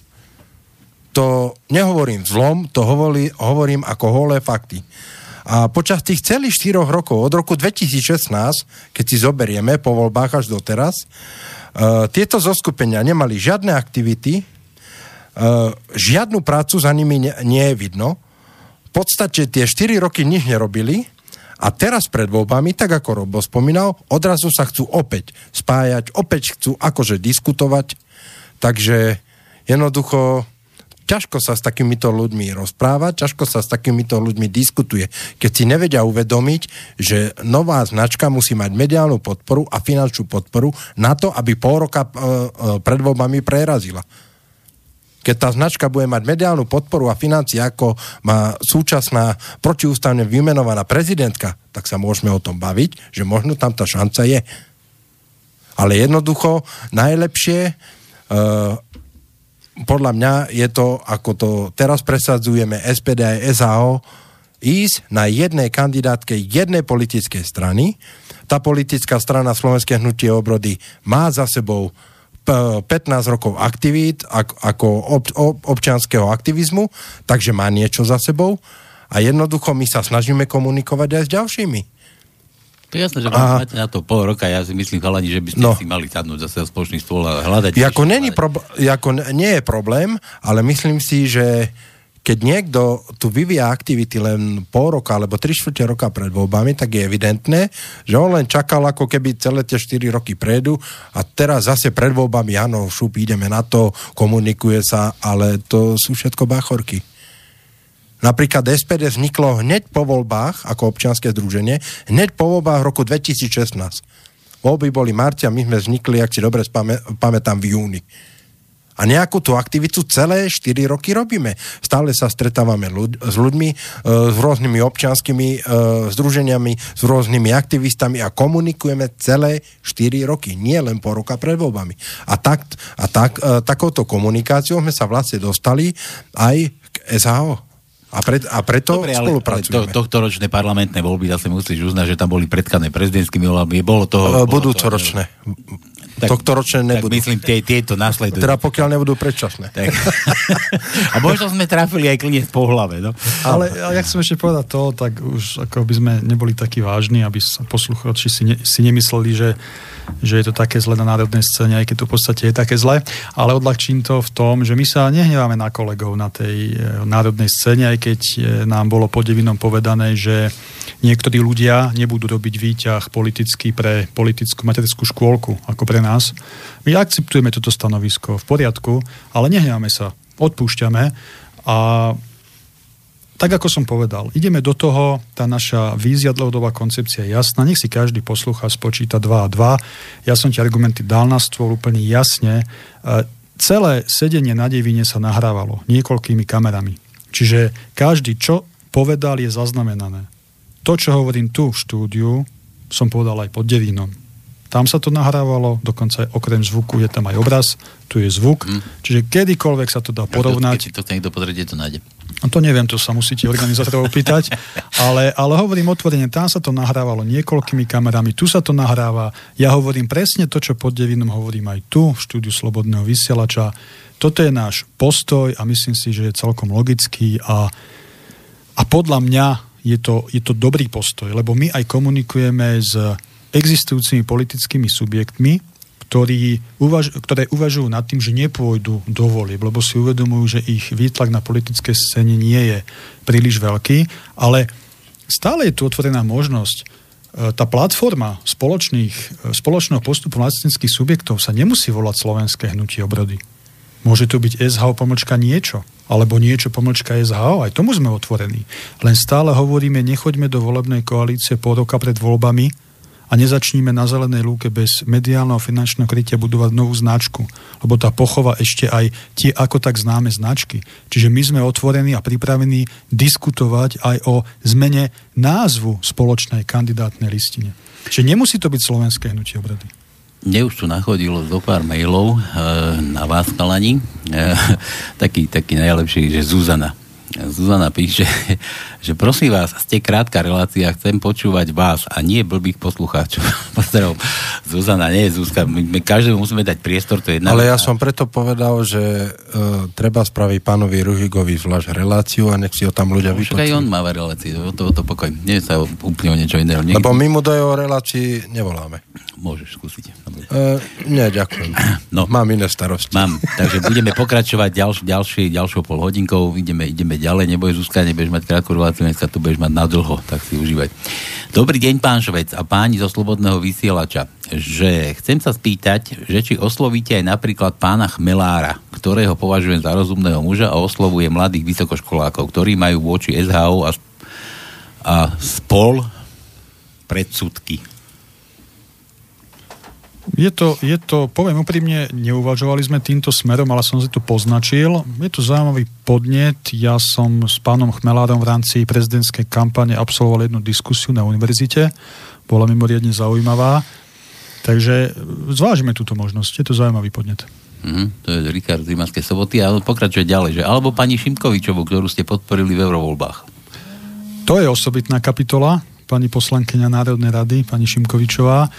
To nehovorím zlom, to hovorí, hovorím ako holé fakty. A počas tých celých štyroch rokov, od roku dvetisícšestnásť, keď si zoberieme po voľbách až doteraz, uh, tieto zoskupenia nemali žiadne aktivity, uh, žiadnu prácu za nimi ne, nie je vidno. V podstate tie štyri roky nič nerobili a teraz pred voľbami, tak ako Robo spomínal, odrazu sa chcú opäť spájať, opäť chcú akože diskutovať, takže jednoducho ťažko sa s takýmito ľuďmi rozpráva, ťažko sa s takýmito ľuďmi diskutuje, keď si nevedia uvedomiť, že nová značka musí mať mediálnu podporu a finančnú podporu na to, aby pol roka e, e, pred voľbami prerazila. Keď tá značka bude mať mediálnu podporu a financie, ako má súčasná protiústavne vymenovaná prezidentka, tak sa môžeme o tom baviť, že možno tam tá šanca je. Ale jednoducho najlepšie, e, podľa mňa je to, ako to teraz presadzujeme es pé dé a es há ó, ísť na jednej kandidátke jednej politickej strany. Tá politická strana Slovenské hnutie obrody má za sebou pätnásť rokov aktivít ako ob, ob, občianskeho aktivizmu, takže má niečo za sebou a jednoducho my sa snažíme komunikovať aj s ďalšími. To je jasné, že a... máte na to pol roka, ja si myslím, chalani, že by ste no. si mali sadnúť zase spoločný stôl a hľadať... Jako, není prob- jako nie je problém, ale myslím si, že keď niekto tu vyvíja aktivity len pol roka alebo tri štvrte roka pred voľbami, tak je evidentné, že on len čakal, ako keby celé tie štyri roky prejdú a teraz zase pred voľbami, áno, šup, ideme na to, komunikuje sa, ale to sú všetko báchorky. Napríklad es pé dé vzniklo hneď po voľbách, ako občianske združenie, hneď po voľbách roku dvetisícšestnásť. Voľby boli marci a my sme vznikli, ak si dobre spamä, pamätám, v júni. A nejakú tú aktivitu celé štyri roky robíme. Stále sa stretávame ľud- s ľuďmi, e, s rôznymi občianskými e, združeniami, s rôznymi aktivistami a komunikujeme celé štyri roky, nie len po roka pred voľbami. A, tak, a tak, e, takouto komunikáciou sme sa vlastne dostali aj k es há ó. A, pre, a preto Dobre, spolupracujeme. Ale to, tohtoročné parlamentné voľby, zase musíš uznať, že tam boli predkané prezidentskými voľbami. Bolo toho... Budúcoročné. Tohtoročné nebudú. Tak myslím, tie, tieto nasledujú. Teda pokiaľ nebudú predčasné. Tak. A možno sme trafili aj klinec po hlave, no. Ale ja chcem ešte povedať to, tak už ako by sme neboli takí vážni, aby poslucháči si, ne, si nemysleli, že že je to také zle na národnej scéne, aj keď to v podstate je také zle, ale odľahčím to v tom, že my sa nehneváme na kolegov na tej národnej scéne, aj keď nám bolo pod Devínom povedané, že niektorí ľudia nebudú robiť výťah politicky pre politickú materskú škôlku, ako pre nás. My akceptujeme toto stanovisko v poriadku, ale nehneváme sa, odpúšťame a tak, ako som povedal, ideme do toho, tá naša vízia, dlhodobá koncepcia je jasná, nech si každý poslúcha, spočíta dva a dva. Ja som ti argumenty dal na stôl úplne jasne. Celé sedenie na Devíne sa nahrávalo niekoľkými kamerami. Čiže každý, čo povedal, je zaznamenané. To, čo hovorím tu v štúdiu, som povedal aj pod Devínom. Tam sa to nahrávalo, dokonca okrem zvuku je tam aj obraz, tu je zvuk, hmm. čiže kedykoľvek sa to dá porovnať. Keď si to chce niekto pozrieť, to nájde. No to neviem, to sa musíte organizátorov opýtať, ale, ale hovorím otvorene, tam sa to nahrávalo niekoľkými kamerami, tu sa to nahráva, ja hovorím presne to, čo pod Devínom hovorím aj tu, v štúdiu Slobodného vysielača. Toto je náš postoj a myslím si, že je celkom logický a, a podľa mňa je to, je to dobrý postoj, lebo my aj komunikujeme s existujúcimi politickými subjektmi, ktorí uvaž- ktoré uvažujú nad tým, že nepôjdu do volieb, lebo si uvedomujú, že ich výtlak na politické scéne nie je príliš veľký, ale stále je tu otvorená možnosť. Tá platforma spoločných, spoločného postupu vlastníckych subjektov sa nemusí volať Slovenské hnutie obrody. Môže to byť es há ó pomlčka niečo, alebo niečo pomlčka es há ó, aj tomu sme otvorení. Len stále hovoríme, nechoďme do volebnej koalície pol roka pred voľbami, a nezačníme na zelenej lúke bez mediálneho finančného krytia budovať novú značku, lebo tá pochová ešte aj tie ako tak známe značky. Čiže my sme otvorení a pripravení diskutovať aj o zmene názvu spoločnej kandidátnej listine. Čiže nemusí to byť Slovenské hnutie obrody. Mne už tu nachodilo zo pár mailov e, na vás, chalani. E, taký, taký najlepší, že Zuzana. Zuzana píše, že prosím vás, ste krátka relácia, chcem počúvať vás a nie blbých poslucháčov. Pozdravom. Zuzana, nie je Zuzka, my, my každému musíme dať priestor, to je jedna. Ale ja som preto povedal, že uh, treba spraviť pánovi Ruhigovi zvlášť reláciu a nech si ho tam ľudia vypočujú. Už aj on má reláciu, o to, o to pokoj. Nie sa úplne o niečo iného. Niekde... Lebo my mu do jeho relácii nevoláme. Môžeš, skúsiť. Uh, nie, ďakujem. No, mám iné starosti. Mám, takže budeme pokračovať ďalš, ďalší, ďalšou polhodinkou, ideme, ideme ďalej. Neboj, Zuzka, nebudeš mať krátku reláciu, dneska tu budeš mať nadlho, tak si užívaj. Dobrý deň, pán Švec a páni zo Slobodného vysielača. Že chcem sa spýtať, že či oslovíte aj napríklad pána Chmelára, ktorého považujem za rozumného muža a oslovuje mladých vysokoškolákov, ktorí majú voči es há ó a, a spol predsudky. Je to, je to, poviem úprimne, neuvažovali sme týmto smerom, ale som si to poznačil. Je to zaujímavý podnet. Ja som s pánom Chmelárom v rámci prezidentskej kampane absolvoval jednu diskusiu na univerzite. Bola mimoriadne zaujímavá. Takže zvážime túto možnosť. Je to zaujímavý podnet. Mm-hmm, to je Richard z Rimavskej Soboty a pokračuje ďalej, že alebo pani Šimkovičovú, ktorú ste podporili v eurovoľbách. To je osobitná kapitola. Pani poslankyňa Národnej rady, pani Šimkovičová.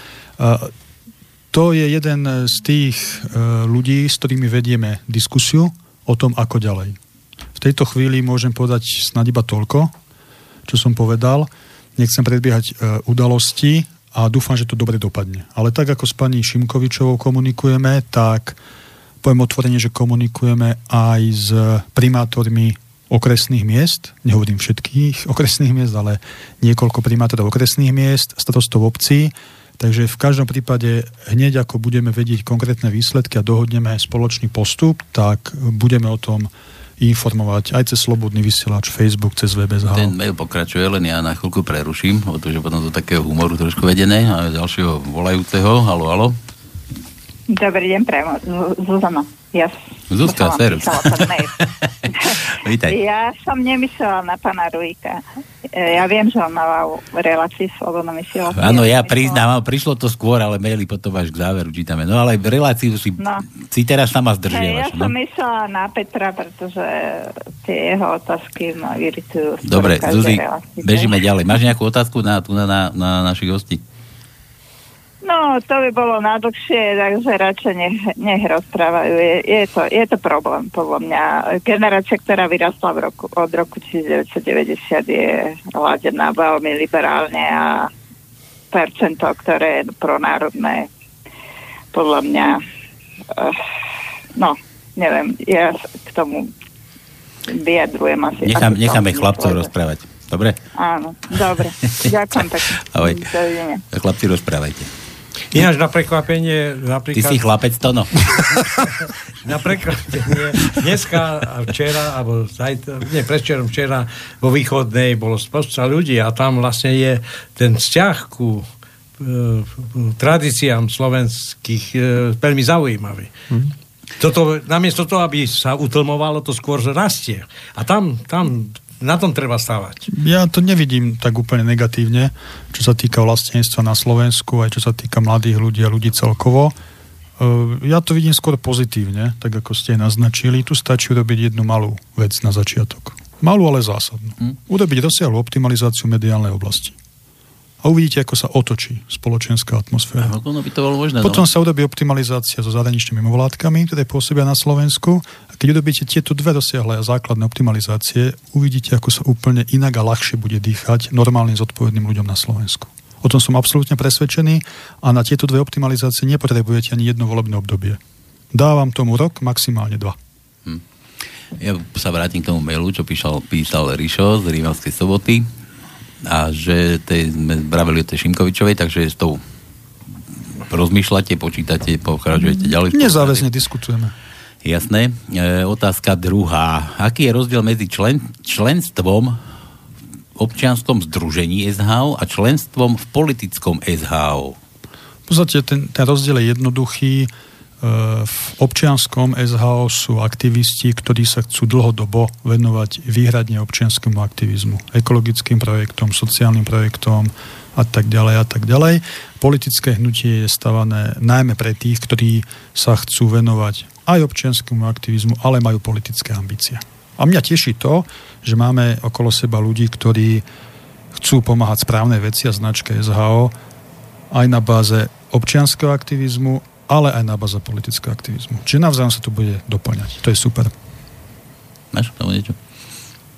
To je jeden z tých e, ľudí, s ktorými vedieme diskusiu o tom, ako ďalej. V tejto chvíli môžem povedať snad iba toľko, čo som povedal. Nechcem predbiehať e, udalosti a dúfam, že to dobre dopadne. Ale tak, ako s pani Šimkovičovou komunikujeme, tak poviem otvorene, že komunikujeme aj s primátormi okresných miest, nehovorím všetkých okresných miest, ale niekoľko primátorov okresných miest, starostov obcí. Takže v každom prípade hneď ako budeme vedieť konkrétne výsledky a dohodneme spoločný postup, tak budeme o tom informovať aj cez Slobodný vysielač, Facebook, cez web es há. Ten mail pokračuje, len ja na chvíľku preruším, pretože potom do takého humoru trošku vedené. Máme ďalšieho volajúceho. Haló, haló. Dobrý deň, prejmo. Zuzana. Ja Zuzka, servus. Vítaj. Ja som nemyslela na pána Ruíka. Ja viem, že on mal reláciu Slobodnom vysielači. Áno, ja priznám, prišlo to skôr, ale maily potom až k záveru čítame. No ale reláciu si, no. si teraz sama zdržiavaš. Ja som no? myslela na Petra, pretože tie jeho otázky ma iritujú. Dobre, Zuzi, bežíme ďalej. Máš nejakú otázku na, na, na, na našich hostí? No, to by bolo najdlhšie, takže radšej nech, nech rozprávajú. Je, je, to, je to problém, podľa mňa. Generácia, ktorá vyrastla v roku, od roku devätnásťstodeväťdesiat je ladená veľmi liberálne a percento, ktoré je pronárodné, podľa mňa uh, no, neviem, ja k tomu vyjadrujem asi. Nechám, necháme chlapcov rozprávať. Dobre? Áno, dobre. Ďakujem pekne. Ahoj. Chlapci, rozprávajte. Ináč na prekvapenie... Napríklad... Ty si chlapec, Tono. Na prekvapenie dneska a včera, alebo zajtra, nie, predvčerom včera vo Východnej bolo spousta ľudí a tam vlastne je ten vzťah ku e, tradíciám slovenských e, veľmi zaujímavý. Hmm. Toto, namiesto toho, aby sa utlmovalo, to skôr rastie. A tam, tam na tom treba stávať. Ja to nevidím tak úplne negatívne, čo sa týka vlastníctva na Slovensku, aj čo sa týka mladých ľudí a ľudí celkovo. Ja to vidím skôr pozitívne, tak ako ste naznačili. Tu stačí urobiť jednu malú vec na začiatok. Malú, ale zásadnú. Hm? Urobiť rozsiahlu optimalizáciu mediálnej oblasti. A uvidíte, ako sa otočí spoločenská atmosféra. No, by to bolo možné, Potom no? sa urobí optimalizácia so zahraničnými mimovládkami, ktoré pôsobia na Slovensku. A keď urobíte tieto dve rozsiahle a základné optimalizácie, uvidíte, ako sa úplne inak a ľahšie bude dýchať normálnym zodpovedným ľuďom na Slovensku. O tom som absolútne presvedčený a na tieto dve optimalizácie nepotrebujete ani jedno volebné obdobie. Dávam tomu rok, maximálne dva. Hm. Ja sa vrátim k tomu mailu, čo písal, písal Rišo z Rimavskej Soboty. A že tej, sme bravili o tej Šimkovičovej, takže s tou rozmýšľate, počítate, pokračujete ďalej. Nezáväzne diskutujeme. Jasné. E, otázka druhá. Aký je rozdiel medzi člen, členstvom v občianskom združení es há ó a členstvom v politickom es há ó? V podstate ten, ten rozdiel je jednoduchý. V občianskom es há ó sú aktivisti, ktorí sa chcú dlhodobo venovať výhradne občianskému aktivizmu, ekologickým projektom, sociálnym projektom a tak ďalej a tak ďalej. Politické hnutie je stavané najmä pre tých, ktorí sa chcú venovať aj občianskému aktivizmu, ale majú politické ambície. A mňa teší to, že máme okolo seba ľudí, ktorí chcú pomáhať správnej veci a značke es há ó aj na báze občianskeho aktivizmu, ale aj na báze politického aktivizmu. Čiže navzájom sa to bude doplňať. To je super. Máš tomu niečo?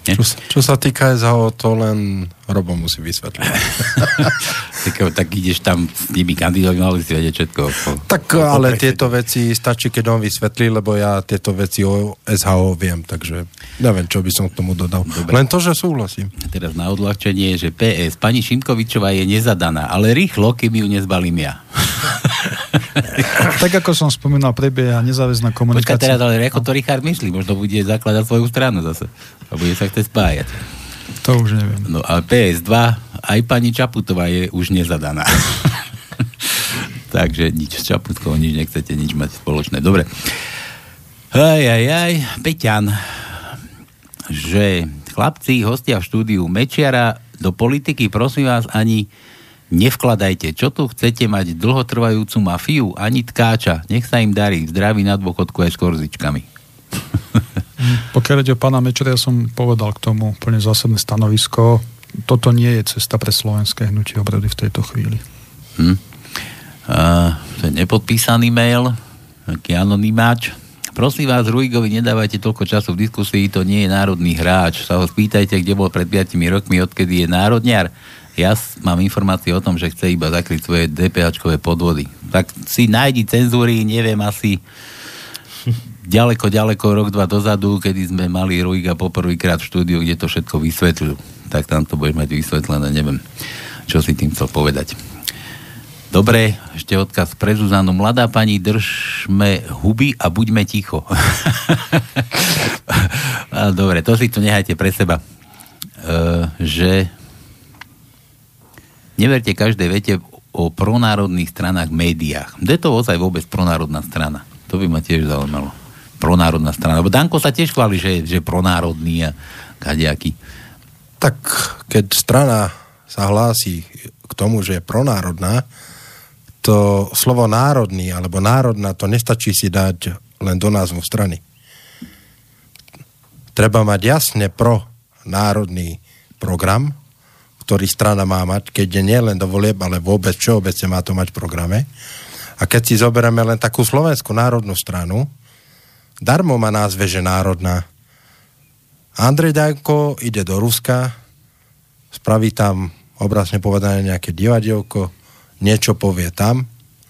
Čo, čo sa týka es há ó, to len Robo musí vysvetliť. tak, tak ideš tam s nimi kandidovať, mali si vedieť všetko. Po, tak po, po ale presne. Tieto veci stačí, keď on vysvetlí, lebo ja tieto veci o es há ó viem, takže neviem, čo by som k tomu dodal. Dobre. Len to, že súhlasím. Teraz na odľahčenie, že pé es, pani Šimkovičová je nezadaná, ale rýchlo, kým ju nezbalím ja. Tak ako som spomínal, prebieha nezáväzná komunikácia. Počkaj teraz, ale ako to Richard myslí, možno bude zakladať svoju stranu zase. A bude sa chce spájať. To už neviem. No a pé es dva, aj pani Čaputová je už nezadaná. Takže nič s Čaputkou, nič nechcete, nič mať spoločné. Dobre. Aj, aj, aj, Peťan, že chlapci, hostia v štúdiu Mečiara, do politiky, prosím vás, ani nevkladajte. Čo tu chcete mať dlhotrvajúcu mafiu? Ani tkáča. Nech sa im darí. Zdraví na dôchodku aj s korzičkami. Pokiaľ ide o pána Mečera, ja som povedal k tomu úplne zásadné stanovisko. Toto nie je cesta pre slovenské hnutie obrody v tejto chvíli. Hm. A, to je nepodpísaný mail, taký anonymáč. Prosím vás, Ruigovi nedávajte toľko času v diskusii, to nie je národný hráč. Sa ho spýtajte, kde bol pred piatimi rokmi, odkedy je národňar. Ja mám informácie o tom, že chce iba zakryť svoje DPHčkové podvody. Tak si nájdi cenzúry, neviem, asi ďaleko, ďaleko, rok, dva dozadu, kedy sme mali Ruiga poprvýkrát v štúdiu, kde to všetko vysvetlil. Tak tam to budeš mať vysvetlené, neviem, čo si tým chcel povedať. Dobre, ešte odkaz pre Zuzanu. Mladá pani, držme huby a buďme ticho. Dobre, to si tu nehajte pre seba. Uh, že neverte každej vete o pronárodných stranách v médiách. Kde to ozaj vôbec pronárodná strana? To by ma tiež zaujímalo. Pronárodná strana. Lebo Danko sa tiež chváli, že je pronárodný a kadejaký. Tak keď strana sa hlási k tomu, že je pronárodná, to slovo národný alebo národná, to nestačí si dať len do názvu strany. Treba mať jasne pronárodný program, ktorý strana má mať, keď je nie len do volieb, ale vôbec všeobecne má to mať v programe. A keď si zoberieme len takú slovenskú národnú stranu, darmo má názve, že národná. Andrej Danko ide do Ruska, spraví tam obrazne povedané nejaké divadielko, niečo povie tam.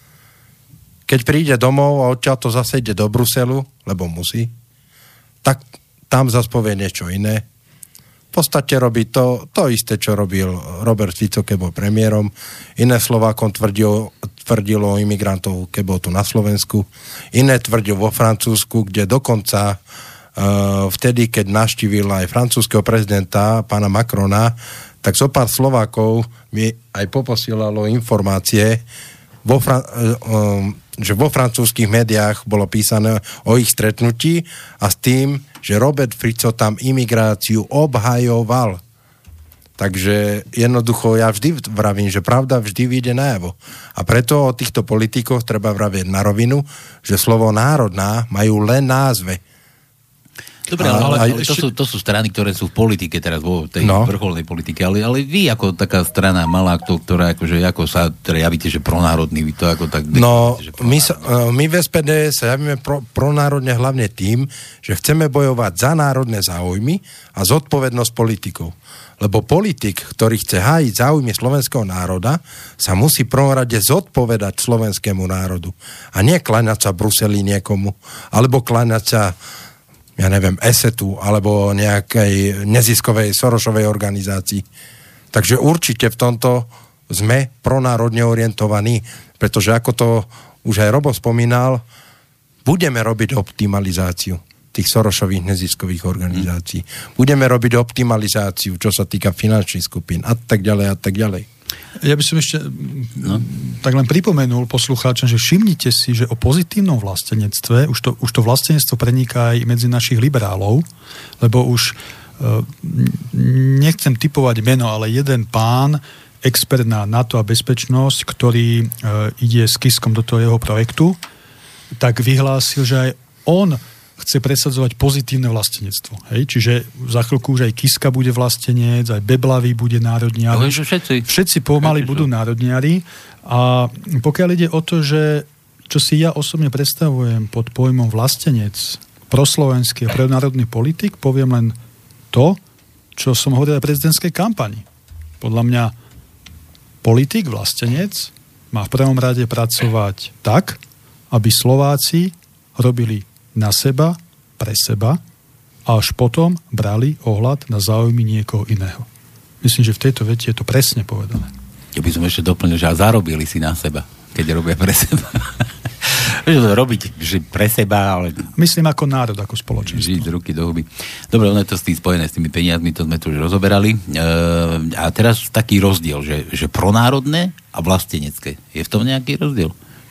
Keď príde domov a odtiaľ to zase ide do Bruselu, lebo musí, tak tam zase povie niečo iné. V podstate robí to, to isté, čo robil Robert Fico, keď bol premiérom. Iné Slovákom tvrdilo, tvrdilo o imigrantov, keď bol tu na Slovensku. Iné tvrdil vo Francúzsku, kde dokonca uh, vtedy, keď navštívil aj francúzskeho prezidenta, pána Macrona, tak zo pár Slovákov mi aj poposielalo informácie, vo Fran- um, že vo francúzskych médiách bolo písané o ich stretnutí a s tým, že Robert Fico tam imigráciu obhajoval. Takže jednoducho ja vždy vravím, že pravda vždy vyjde najavo. A preto o týchto politikoch treba vravieť na rovinu, že slovo národná majú len názve. Dobre, ale, ale, ale to, ešte... sú, to sú strany, ktoré sú v politike teraz, vo tej no. vrcholnej politike, ale, ale vy ako taká strana malá, ktorá akože, ako sa teda javíte, že pronárodný, vy to ako tak... No, že my, sa, my v es pé dé sa javíme pro, pronárodne hlavne tým, že chceme bojovať za národné záujmy a zodpovednosť politikov. Lebo politik, ktorý chce hájiť záujmy slovenského národa, sa musí v prvom rade zodpovedať slovenskému národu. A nie kláňať sa Bruseli niekomu, alebo kláňať sa ja neviem, esetu alebo nejakej neziskovej Sorošovej organizácii. Takže určite v tomto sme pronárodne orientovaní, pretože ako to už aj Robo spomínal, budeme robiť optimalizáciu tých Sorošových neziskových organizácií. Budeme robiť optimalizáciu, čo sa týka finančných skupín a tak ďalej a tak ďalej. Ja by som ešte no. tak len pripomenul poslucháčom, že všimnite si, že o pozitívnom vlastenectve, už to, už to vlastenectvo preniká aj medzi našich liberálov, lebo už uh, nechcem typovať meno, ale jeden pán, expert na NATO a bezpečnosť, ktorý uh, ide s Kiskom do toho jeho projektu, tak vyhlásil, že aj on chce presadzovať pozitívne vlastenectvo. Hej? Čiže za chvíľku už aj Kiska bude vlastenec, aj Beblavý bude národniar. Ale všetci. Všetci pomaly všetci budú sú. národniari. A pokiaľ ide o to, že čo si ja osobne predstavujem pod pojmom vlastenec, proslovenský a pronárodný politik, poviem len to, čo som hovoril aj prezidentskej kampani. Podľa mňa politik, vlastenec má v prvom rade pracovať tak, aby Slováci robili na seba, pre seba a až potom brali ohľad na záujmy niekoho iného. Myslím, že v tejto vete je to presne povedané. Ja by som ešte doplnil, že a zarobili si na seba, keď robia pre seba. Že to robiť že pre seba, ale... Myslím ako národ, ako spoločenstvo. Žiť z ruky do huby. Dobre, ono je to s tým spojené, s tými peniazmi, to sme tu už rozoberali. E, a teraz taký rozdiel, že, že pronárodné a vlastenecké. Je v tom nejaký rozdiel?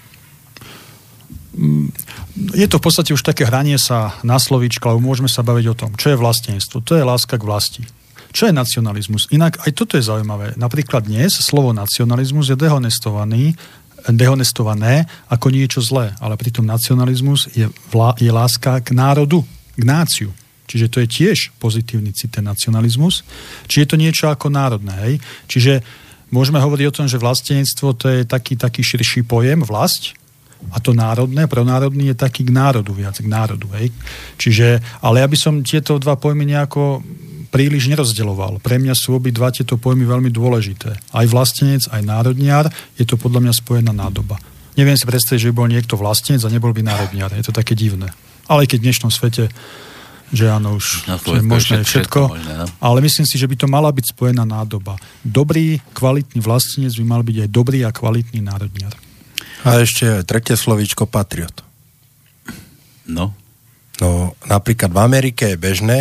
Je to v podstate už také hranie sa na slovíčka, ale môžeme sa baviť o tom, čo je vlastenectvo. To je láska k vlasti. Čo je nacionalizmus? Inak aj toto je zaujímavé. Napríklad dnes slovo nacionalizmus je dehonestovaný dehonestované ako niečo zlé, ale pritom nacionalizmus je, vlá, je láska k národu, k náciu. Čiže to je tiež pozitívny cit, ten nacionalizmus. Čiže je to niečo ako národné. Hej? Čiže môžeme hovoriť o tom, že vlastenectvo to je taký, taký širší pojem, vlast, a to národné, pronárodný je taký k národu, viac k národu. Hej? Čiže, ale ja by som tieto dva pojmy nejako príliš nerozdeľoval. Pre mňa sú obidva tieto pojmy veľmi dôležité. Aj vlastenec, aj národniar, je to podľa mňa spojená nádoba. Neviem si predstaviť, že by bol niekto vlastenec a nebol by národniar. Je to také divné. Ale aj keď v dnešnom svete, že áno, už je možné všetko, všetko možné, no? Ale myslím si, že by to mala byť spojená nádoba. Dobrý, kvalitný vlastenec by mal byť aj dobrý a kvalitný národniar. A ešte tretie slovíčko patriot. No. No, napríklad v Amerike je bežné,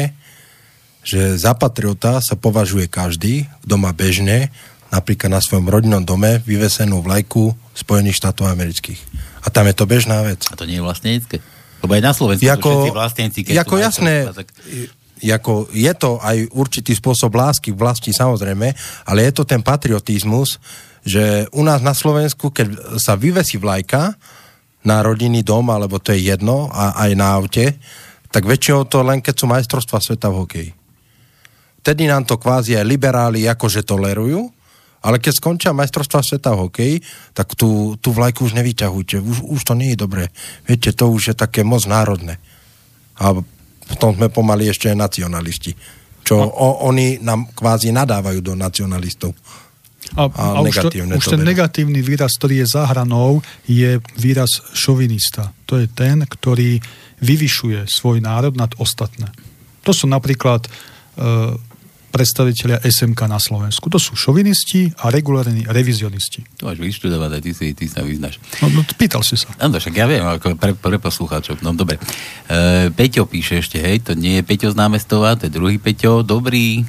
že za patriota sa považuje každý, kto má bežne, napríklad na svojom rodinnom dome, vyvesenú vlajku Spojených štátov amerických. A tam je to bežná vec. A to nie je vlastenecké? Lebo aj na Slovensku jako, sú všetci vlastenci. Ako jasné, tak... jako je to aj určitý spôsob lásky k vlasti, samozrejme, ale je to ten patriotizmus, že u nás na Slovensku, keď sa vyvesí vlajka na rodinný dom, alebo to je jedno, a aj na aute, tak väčšinou to len keď sú majstrovstvá sveta v hokeji. Vtedy nám to kvázi aj liberáli akože tolerujú, ale keď skončia majstrovstvá sveta v hokeji, tak tú, tú vlajku už nevyťahujte. Už, už to nie je dobré. Viete, to už je také moc národné. A potom sme pomaly ešte aj nacionalisti. Čo no. o, oni nám kvázi nadávajú do nacionalistov. A, a, a už, to, už ten negatívny výraz, ktorý je za hranou, je výraz šovinista. To je ten, ktorý vyvyšuje svoj národ nad ostatné. To sú napríklad e, predstavitelia es em ká na Slovensku. To sú šovinisti a regulárni revizionisti. To máš vyštudovať, aj ty, si, ty sa vyznáš. No, no pýtal si sa. No, však ja viem, ako pre, pre poslucháčov. No, dobre. E, Peťo píše ešte, hej, to nie je Peťo z Námestova, to je druhý Peťo. Dobrý,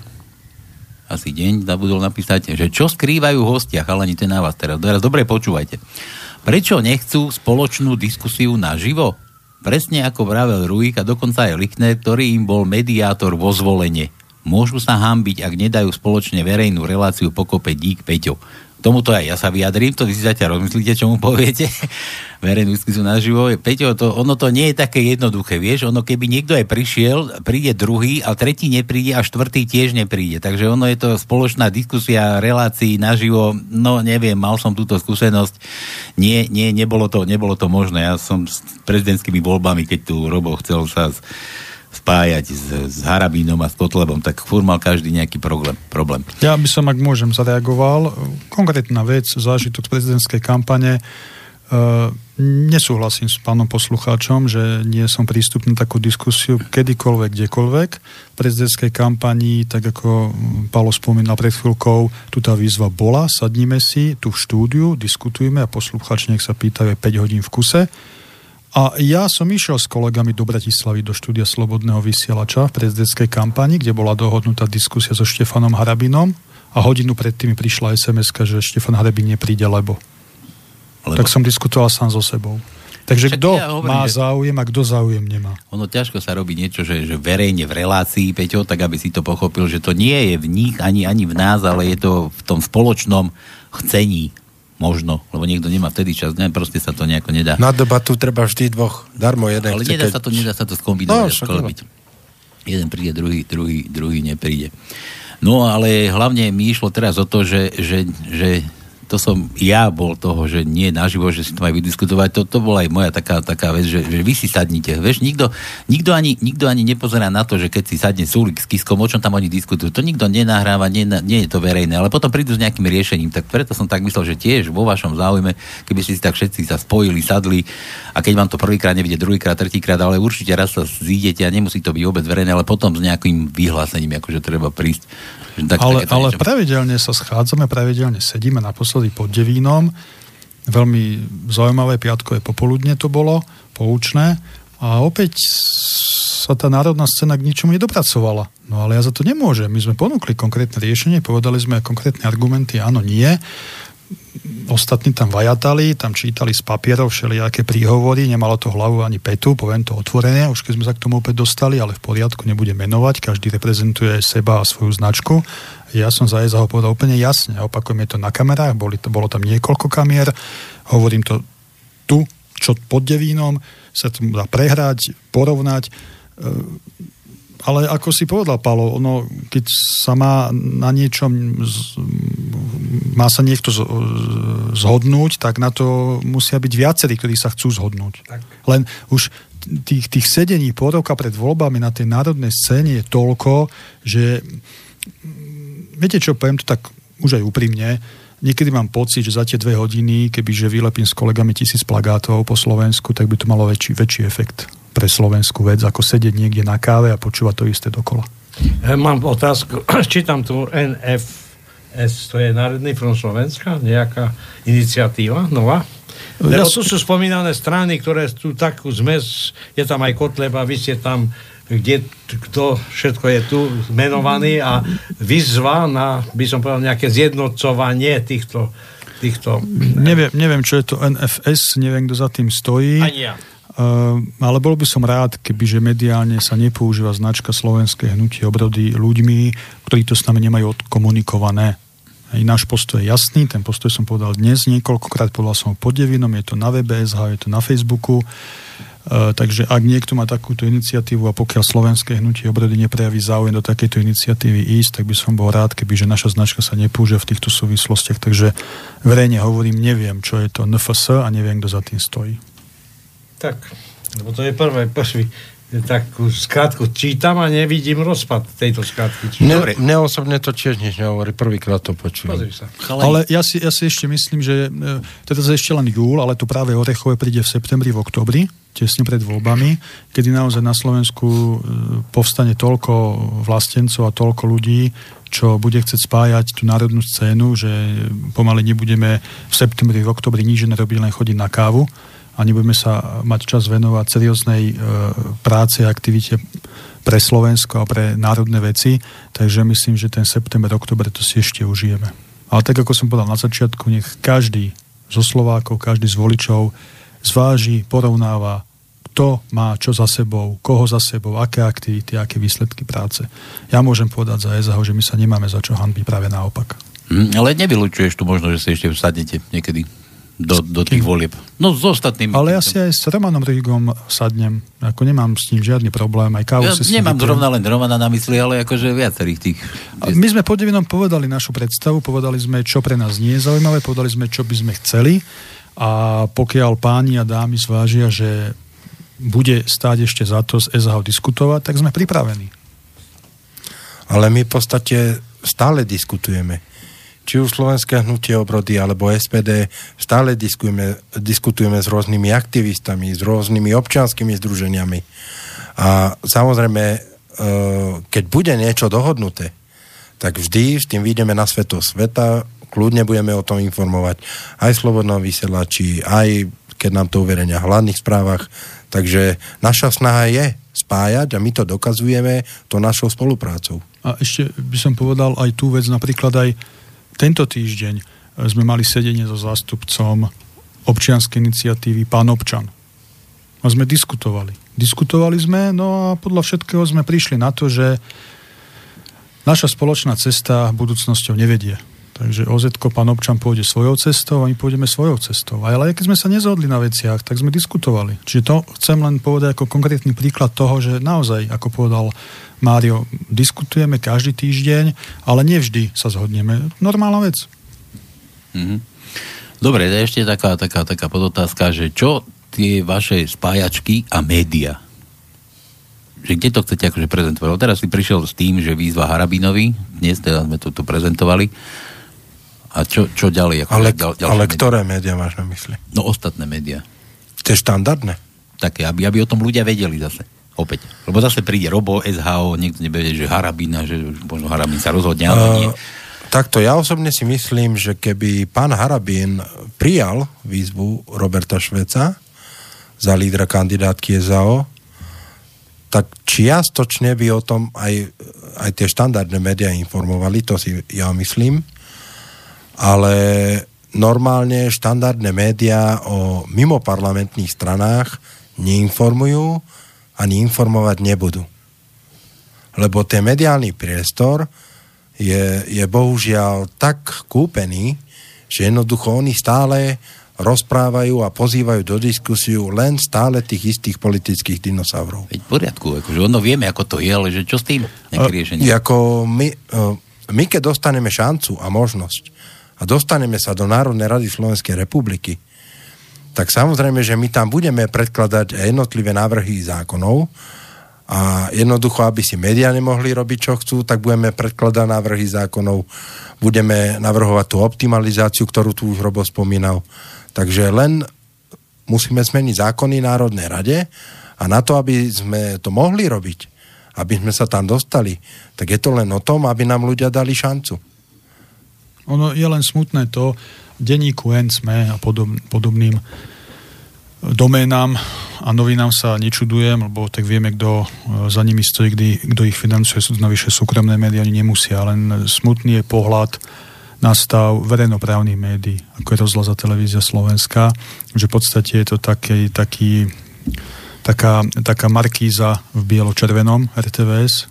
asi deň zabudol napísať, že čo skrývajú hostia, chalani, to je na vás teraz. Teraz dobre počúvajte. Prečo nechcú spoločnú diskusiu naživo? Presne ako vravel Ruík a dokonca aj Lichner, ktorý im bol mediátor vo zvolenie. Môžu sa hanbiť, ak nedajú spoločne verejnú reláciu pokope dík Peťo. Tomuto aj ja sa vyjadrím, to vy si zatiaľ rozmyslíte, čo mu poviete. Verejnú diskusiu naživo. Peťo, to, ono to nie je také jednoduché, vieš, ono keby niekto aj prišiel, príde druhý, a tretí nepríde a štvrtý tiež nepríde. Takže ono je to spoločná diskusia relácií naživo, no neviem, mal som túto skúsenosť. Nie, nie, nebolo to, nebolo to možné. Ja som s prezidentskými voľbami, keď tu Robo chcel sa z, spájať s, s Harabínom a s Kotlebom, tak furt mal každý nejaký problém. problém. Ja by som, ak môžem, zareagoval. Konkrétna vec, zážitok z prezidentskej kampane. E, nesúhlasím s pánom poslucháčom, že nie som prístupný na takú diskusiu kedykoľvek, kdekoľvek. V prezidentskej kampani, tak ako Pálo spomínal pred chvíľkou, tu tá výzva bola, sadníme si tu v štúdiu, diskutujeme a poslucháči nech sa pýtajú päť hodín v kuse. A ja som išiel s kolegami do Bratislavy, do štúdia Slobodného vysielača v prezidentskej kampani, kde bola dohodnutá diskusia so Štefanom Harabinom a hodinu predtým mi prišla es em eska, že Štefan Harabin nepríde, lebo. lebo. Tak som diskutoval sám so sebou. Takže kto ja hovorím, má záujem a kto záujem nemá. Ono ťažko sa robí niečo, že, že verejne v relácii, Peťo, tak aby si to pochopil, že to nie je v nich, ani, ani v nás, ale je to v tom spoločnom chcení. Možno, lebo niekto nemá vtedy čas, ne, proste sa to nejako nedá. Na debatu treba vždy dvoch, darmo jeden. Ale nedá keď... sa to, nedá sa to skombinovať. No, jeden príde, druhý, druhý, druhý nepríde. No, ale hlavne mi išlo teraz o to, že, že, že to som ja bol toho, že nie naživo, že si to majú vydiskutovať. To, to bola aj moja taká, taká vec, že, že vy si sadnite. Vieš, nikto, nikto, ani, nikto ani nepozerá na to, že keď si sadne Súlik s Kiskom, o čom tam oni diskutujú. To nikto nenahráva, nie, nie je to verejné, ale potom prídu s nejakým riešením. Tak preto som tak myslel, že tiež vo vašom záujme, keby ste si tak všetci sa spojili, sadli a keď vám to prvýkrát nevidie, druhýkrát, tretíkrát, ale určite raz sa zídete a nemusí to byť vôbec verejné, ale potom s nejakým vyhlásením, akože treba prísť. Tak, ale ale pravidelne sa schádzame, pravidelne sedíme naposledy pod Devínom. Veľmi zaujímavé piatkové popoludne to bolo, poučné. A opäť sa tá národná scéna k ničomu nedopracovala. No ale ja za to nemôžem. My sme ponúkli konkrétne riešenie, povedali sme konkrétne argumenty, áno, nie. Ostatní tam vajatali, tam čítali z papierov všelijaké príhovory, nemalo to hlavu ani petu, poviem to otvorene, už keď sme sa k tomu opäť dostali, ale v poriadku, nebudem menovať, každý reprezentuje seba a svoju značku. Ja som za es há ó povedal úplne jasne, opakujem, je to na kamerách, boli to, bolo tam niekoľko kamier, hovorím to tu, čo pod Devínom, sa to dá prehrať, porovnať, ale ako si povedal, Pálo, ono, keď sa má na niečom má sa niekto zhodnúť, tak na to musia byť viacerí, ktorí sa chcú zhodnúť. Tak. Len už tých, tých sedení pol roka pred voľbami na tej národnej scéne je toľko, že viete čo, poviem to tak už aj úprimne, niekedy mám pocit, že za tie dve hodiny, kebyže vylepím s kolegami tisíc plagátov po Slovensku, tak by to malo väčší, väčší efekt pre slovenskú vec, ako sedieť niekde na káve a počúvať to isté dokola. Ja mám otázku. Čítam tu en ef es, to je Národný front Slovenska, nejaká iniciatíva nová. Lebo ja tu sú spomínané strany, ktoré sú takú zmes, je tam aj Kotleba, vy ste tam, kde, kto všetko je tu menovaný a vyzva na, by som povedal, nejaké zjednocovanie týchto... týchto... Neviem, neviem, čo je to en ef es, neviem, kto za tým stojí. Ani ja. Uh, ale bol by som rád, kebyže mediálne sa nepoužíva značka Slovenské hnutie obrody ľuďmi, ktorí to s nami nemajú odkomunikované. Aj náš postoj je jasný, ten postoj som povedal dnes niekoľkokrát, povedal som ho pod Devínom, je to na webe es há, je to na Facebooku, uh, takže ak niekto má takúto iniciatívu a pokiaľ Slovenské hnutie obrody neprejaví záujem do takejto iniciatívy ísť, tak by som bol rád, kebyže naša značka sa nepoužíva v týchto súvislostiach, takže verejne hovorím, neviem, čo je to en ef es a neviem, kto za tým stojí. Tak, lebo to je prvé, prvý, takú skratku čítam a nevidím rozpad tejto skratky. Ne, mne osobne to tiež nič nehovorí, prvýkrát to počujem. Ale ja si, ja si ešte myslím, že teda ešte len júl, ale to práve Orechové príde v septembri, v oktobri, tesne pred voľbami, kedy naozaj na Slovensku povstane toľko vlastencov a toľko ľudí, čo bude chcieť spájať tú národnú scénu, že pomaly nebudeme v septembri, v oktobri nič nerobiť, len chodiť na kávu a nebudeme sa mať čas venovať serióznej e, práce a aktivite pre Slovensko a pre národné veci. Takže myslím, že ten september, október to si ešte užijeme. Ale tak, ako som povedal na začiatku, nech každý zo Slovákov, každý z voličov zváži, porovnáva, kto má čo za sebou, koho za sebou, aké aktivity, aké výsledky práce. Ja môžem povedať za es há ó, že my sa nemáme za čo hanbiť, práve naopak. Mm, ale nevylučuješ tu možno, že sa ešte sadnete niekedy do, do tých volieb. No s ostatnými. Ale ja si aj s Romanom Rigom sadnem. Ako nemám s ním žiadny problém. Aj kávu ja si nemám si zrovna len Romana na mysli, ale akože viacerých tých. A my sme pod Devínom povedali našu predstavu, povedali sme, čo pre nás nie je zaujímavé, povedali sme, čo by sme chceli a pokiaľ páni a dámy zvážia, že bude stáť ešte za to s es há ó diskutovať, tak sme pripravení. Ale my v podstate stále diskutujeme. Či už Slovenské hnutie obrody alebo es pé dé, stále diskutujeme, diskutujeme s rôznymi aktivistami, s rôznymi občianskymi združeniami. A samozrejme, keď bude niečo dohodnuté, tak vždy s tým vyjdeme na svetlo sveta, kľudne budeme o tom informovať aj v Slobodnom vysielači, aj keď nám to uverejnia v hlavných správach. Takže naša snaha je spájať a my to dokazujeme to našou spoluprácou. A ešte by som povedal aj tú vec, napríklad aj tento týždeň sme mali sedenie so zástupcom občianskej iniciatívy Pán občan. A sme diskutovali. Diskutovali sme, no a podľa všetkého sme prišli na to, že naša spoločná cesta budúcnosťou nevedie. Takže ó zet ko Pán občan pôjde svojou cestou a my pôjdeme svojou cestou. Ale keď sme sa nezhodli na veciach, tak sme diskutovali. Čiže to chcem len povedať ako konkrétny príklad toho, že naozaj, ako povedal Mário, diskutujeme každý týždeň, ale nevždy sa zhodneme. Normálna vec. Mm-hmm. Dobre, ešte taká, taká, taká podotázka, že čo tie vaše spájačky a média? Že kde to chcete akože prezentovať? Teraz si prišiel s tým, že výzva Harabinovi, dnes teda sme to tu prezentovali. A čo, čo ďalej? Ako ale ďal, ale médiá? Ktoré médiá máš na mysli? No ostatné médiá. To je štandardné. Také, aby, aby o tom ľudia vedeli zase. Opäť. Lebo zase príde Robo, es há ó, niekto nebude, že Harabina, že možno Harabin sa rozhodne, ale nie. Uh, takto, ja osobne si myslím, že keby pán Harabin prijal výzvu Roberta Šveca za lídra kandidátky es há ó, tak čiastočne by o tom aj, aj tie štandardné médiá informovali, to si ja myslím, ale normálne štandardné médiá o mimoparlamentných stranách neinformujú ani informovať nebudú. Lebo ten mediálny priestor je, je bohužiaľ tak kúpený, že jednoducho oni stále rozprávajú a pozývajú do diskusiu len stále tých istých politických dinosaurov. Veď v poriadku, akože ono vieme, ako to je, ale že čo s tým? Nejaké riešenie? Ako my, my, keď dostaneme šancu a možnosť a dostaneme sa do Národnej rady Slovenskej republiky, tak samozrejme, že my tam budeme predkladať jednotlivé návrhy zákonov a jednoducho, aby si médiá nemohli robiť, čo chcú, tak budeme predkladať návrhy zákonov, budeme navrhovať tú optimalizáciu, ktorú tu už Robo spomínal. Takže len musíme zmeniť zákony Národnej rade a na to, aby sme to mohli robiť, aby sme sa tam dostali, tak je to len o tom, aby nám ľudia dali šancu. Ono je len smutné to, denníku N, SME a podob, podobným doménam a novinám sa nečudujem, lebo tak vieme, kto za nimi stojí, kto ich financuje, sú to navyše súkromné médiá, oni nemusia, len smutný je pohľad na stav verejnoprávnych médií, ako je Rozhlas a Televízia Slovenská, že v podstate je to taký, taký, taká, taká markíza v bielo-červenom er té vé es,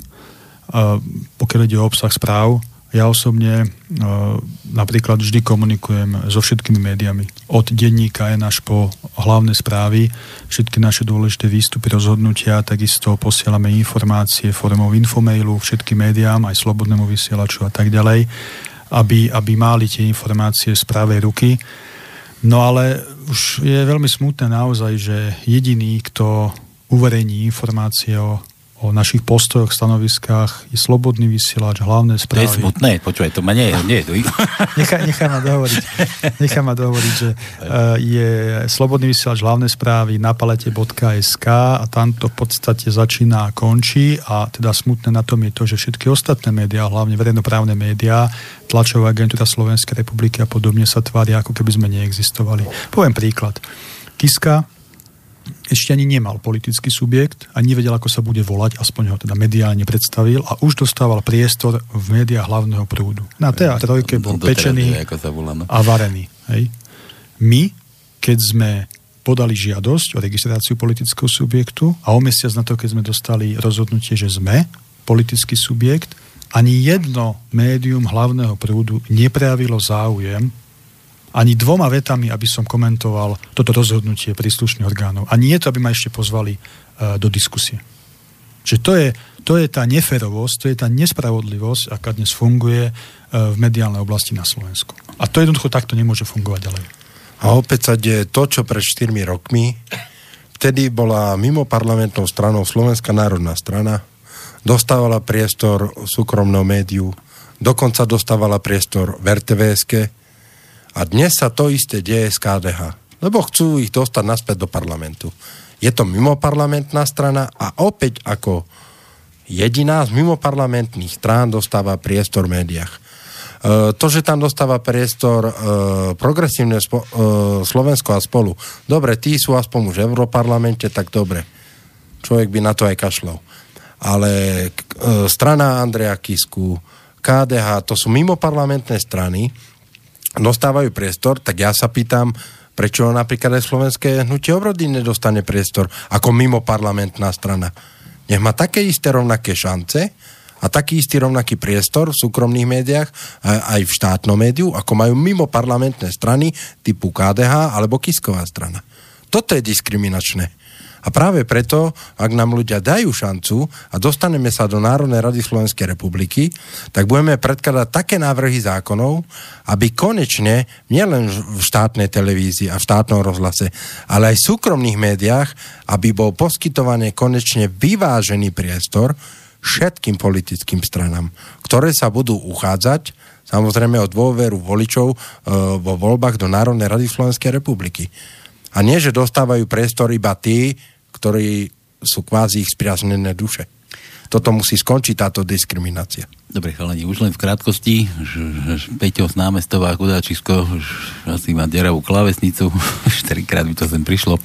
a pokiaľ ide o obsah správ. Ja osobne e, napríklad vždy komunikujem so všetkými médiami. Od denníka N až po hlavné správy, všetky naše dôležité výstupy, rozhodnutia, takisto posielame informácie formou infomailu všetkým médiám, aj Slobodnému vysielaču a tak ďalej, aby, aby mali tie informácie z pravej ruky. No ale už je veľmi smutné naozaj, že jediný, kto uverejní informácie o o našich postojoch, stanoviskách je Slobodný vysielač, hlavné správy. To je smutné, počúvaj, to ma nie, nie je. Nechá, nechá ma dohovoriť, nechá ma dohovoriť, že uh, je Slobodný vysielač, hlavné správy na palete bodka es ká a tam to v podstate začína a končí a teda smutné na tom je to, že všetky ostatné médiá, hlavne verejnoprávne médiá, tlačová agentúra Slovenskej republiky a podobne sa tvária, ako keby sme neexistovali. Poviem príklad. Kiska ešte ani nemal politický subjekt a nevedel, ako sa bude volať, aspoň ho teda mediálne predstavil a už dostával priestor v médiách hlavného prúdu. Na té á tri bol pečený a varený. Hej. My, keď sme podali žiadosť o registráciu politického subjektu a o mesiac na to, keď sme dostali rozhodnutie, že sme politický subjekt, ani jedno médium hlavného prúdu neprejavilo záujem ani dvoma vetami, aby som komentoval toto rozhodnutie príslušných orgánov. A nie to, aby ma ešte pozvali uh, do diskusie. Čiže to je, to je tá neférovosť, to je tá nespravodlivosť, aká dnes funguje uh, v mediálnej oblasti na Slovensku. A to jednoducho takto nemôže fungovať ďalej. A opäť sa deje to, čo pred štyrmi rokmi, vtedy bola mimo parlamentnou stranou Slovenská národná strana, dostávala priestor v súkromnom médiu, dokonca dostávala priestor v er té vé eske, a dnes sa to isté deje z ká dé há, lebo chcú ich dostať naspäť do parlamentu. Je to mimoparlamentná strana a opäť ako jediná z mimoparlamentných strán dostáva priestor v médiách. E, to, že tam dostáva priestor e, progresívne spo, e, Slovensko a spolu, dobre, tí sú aspoň už v Europarlamente, tak dobre. Človek by na to aj kašľal. Ale e, strana Andreja Kisku, ká dé há, to sú mimoparlamentné strany, dostávajú priestor, tak ja sa pýtam, prečo napríklad aj Slovenské hnutie obrody nedostane priestor ako mimo parlamentná strana. Nech má také isté rovnaké šance a taký istý rovnaký priestor v súkromných médiách aj v štátnom médiu, ako majú mimo parlamentné strany typu ká dé há alebo Kisková strana. Toto je diskriminačné. A práve preto, ak nám ľudia dajú šancu a dostaneme sa do Národnej rady Slovenskej republiky, tak budeme predkladať také návrhy zákonov, aby konečne nielen v štátnej televízii a v štátnom rozhlase, ale aj v súkromných médiách, aby bol poskytovaný konečne vyvážený priestor všetkým politickým stranám, ktoré sa budú uchádzať samozrejme o dôveru voličov e, vo voľbách do Národnej rady Slovenskej republiky. A nie, že dostávajú priestor iba tí, ktorí sú kvázi ich spriaznené duše. Toto musí skončiť, táto diskriminácia. Dobre, chalani, už len v krátkosti. Peťo z námestová Chudáčisko už asi má deravú klávesnicu. Štyrikrát by to sem prišlo.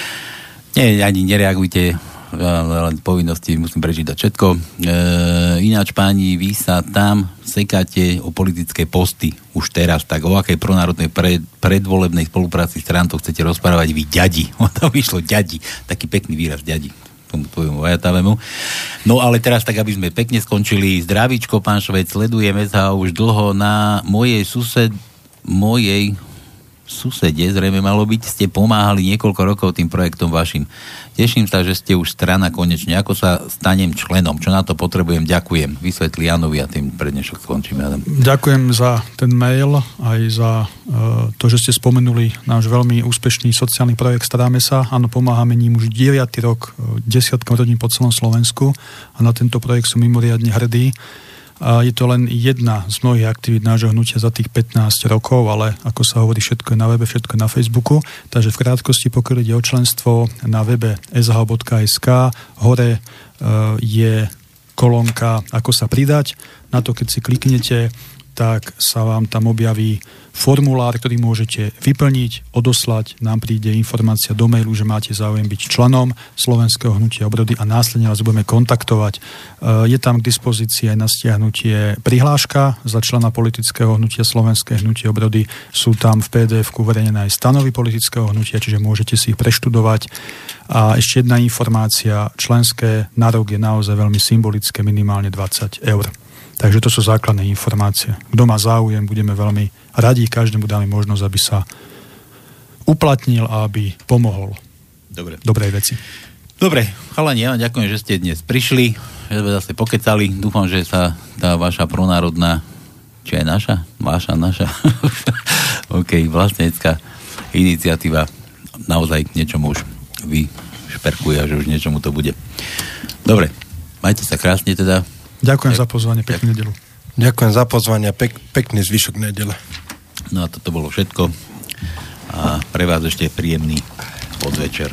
Nie, ani nereagujte, len povinnosti musím prečítať všetko. E, ináč, páni, vy sa tam sekáte o politické posty už teraz, tak o akej pronárodnej pred, predvolebnej spolupráci strán to chcete rozprávať vy, ďadi. O to vyšlo ďadi. Taký pekný výraz, ďadi. Tomu tvojmu vajatavému. No ale teraz tak, aby sme pekne skončili. Zdravíčko, pán Švec, sledujem es há už dlho. Na mojej sused, mojej susede, zrejme malo byť, ste pomáhali niekoľko rokov tým projektom vašim. Teším sa, že ste už strana konečne. Ako sa stanem členom? Čo na to potrebujem? Ďakujem. Vysvetlí Janovi a tým prednešok skončíme. Adam. Ďakujem za ten mail, aj za uh, to, že ste spomenuli náš veľmi úspešný sociálny projekt Staráme sa. Áno, pomáhame ním už deviaty rok desiatkam rodín po celom Slovensku a na tento projekt som mimoriadne hrdý. A je to len jedna z mnohých aktivít nášho hnutia za tých pätnásť rokov, ale ako sa hovorí, všetko je na webe, všetko je na Facebooku. Takže v krátkosti, pokiaľ ide o členstvo, na webe es há bodka es ká hore je kolónka ako sa pridať. Na to, keď si kliknete, tak sa vám tam objaví formulár, ktorý môžete vyplniť, odoslať, nám príde informácia do mailu, že máte záujem byť členom Slovenského hnutia obrody a následne vás budeme kontaktovať. Je tam k dispozícii aj na stiahnutie prihláška za člena politického hnutia Slovenské hnutie obrody. Sú tam v pé dé efku uverejnené aj stanovy politického hnutia, čiže môžete si ich preštudovať. A ešte jedna informácia, členské na rok je naozaj veľmi symbolické, minimálne dvadsať eur. Takže to sú základné informácie. Kto má záujem, budeme veľmi radi, každému dáme možnosť, aby sa uplatnil a aby pomohol Dobre. dobrej veci. Dobre, chalani, ja vám ďakujem, že ste dnes prišli, že sme zase pokecali. Dúfam, že sa tá vaša pronárodná, či aj naša? Vaša, naša? OK, vlastnecká iniciatíva naozaj k niečomu už vyšperkuje a že už niečomu to bude. Dobre, majte sa krásne teda. Ďakujem Ďak, za pozvanie, peknú nedelu. Ďakujem za pozvanie, pek, pekný zvyšok nedele. No a toto bolo všetko. A pre vás ešte príjemný podvečer.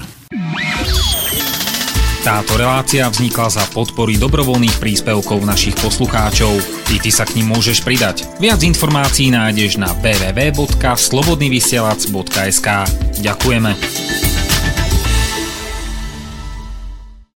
Táto relácia vznikla za podpory dobrovoľných príspevkov našich poslucháčov. I ty sa k nim môžeš pridať. Viac informácií nájdeš na w w w bodka slobodnyvysielac bodka es ká. Ďakujeme.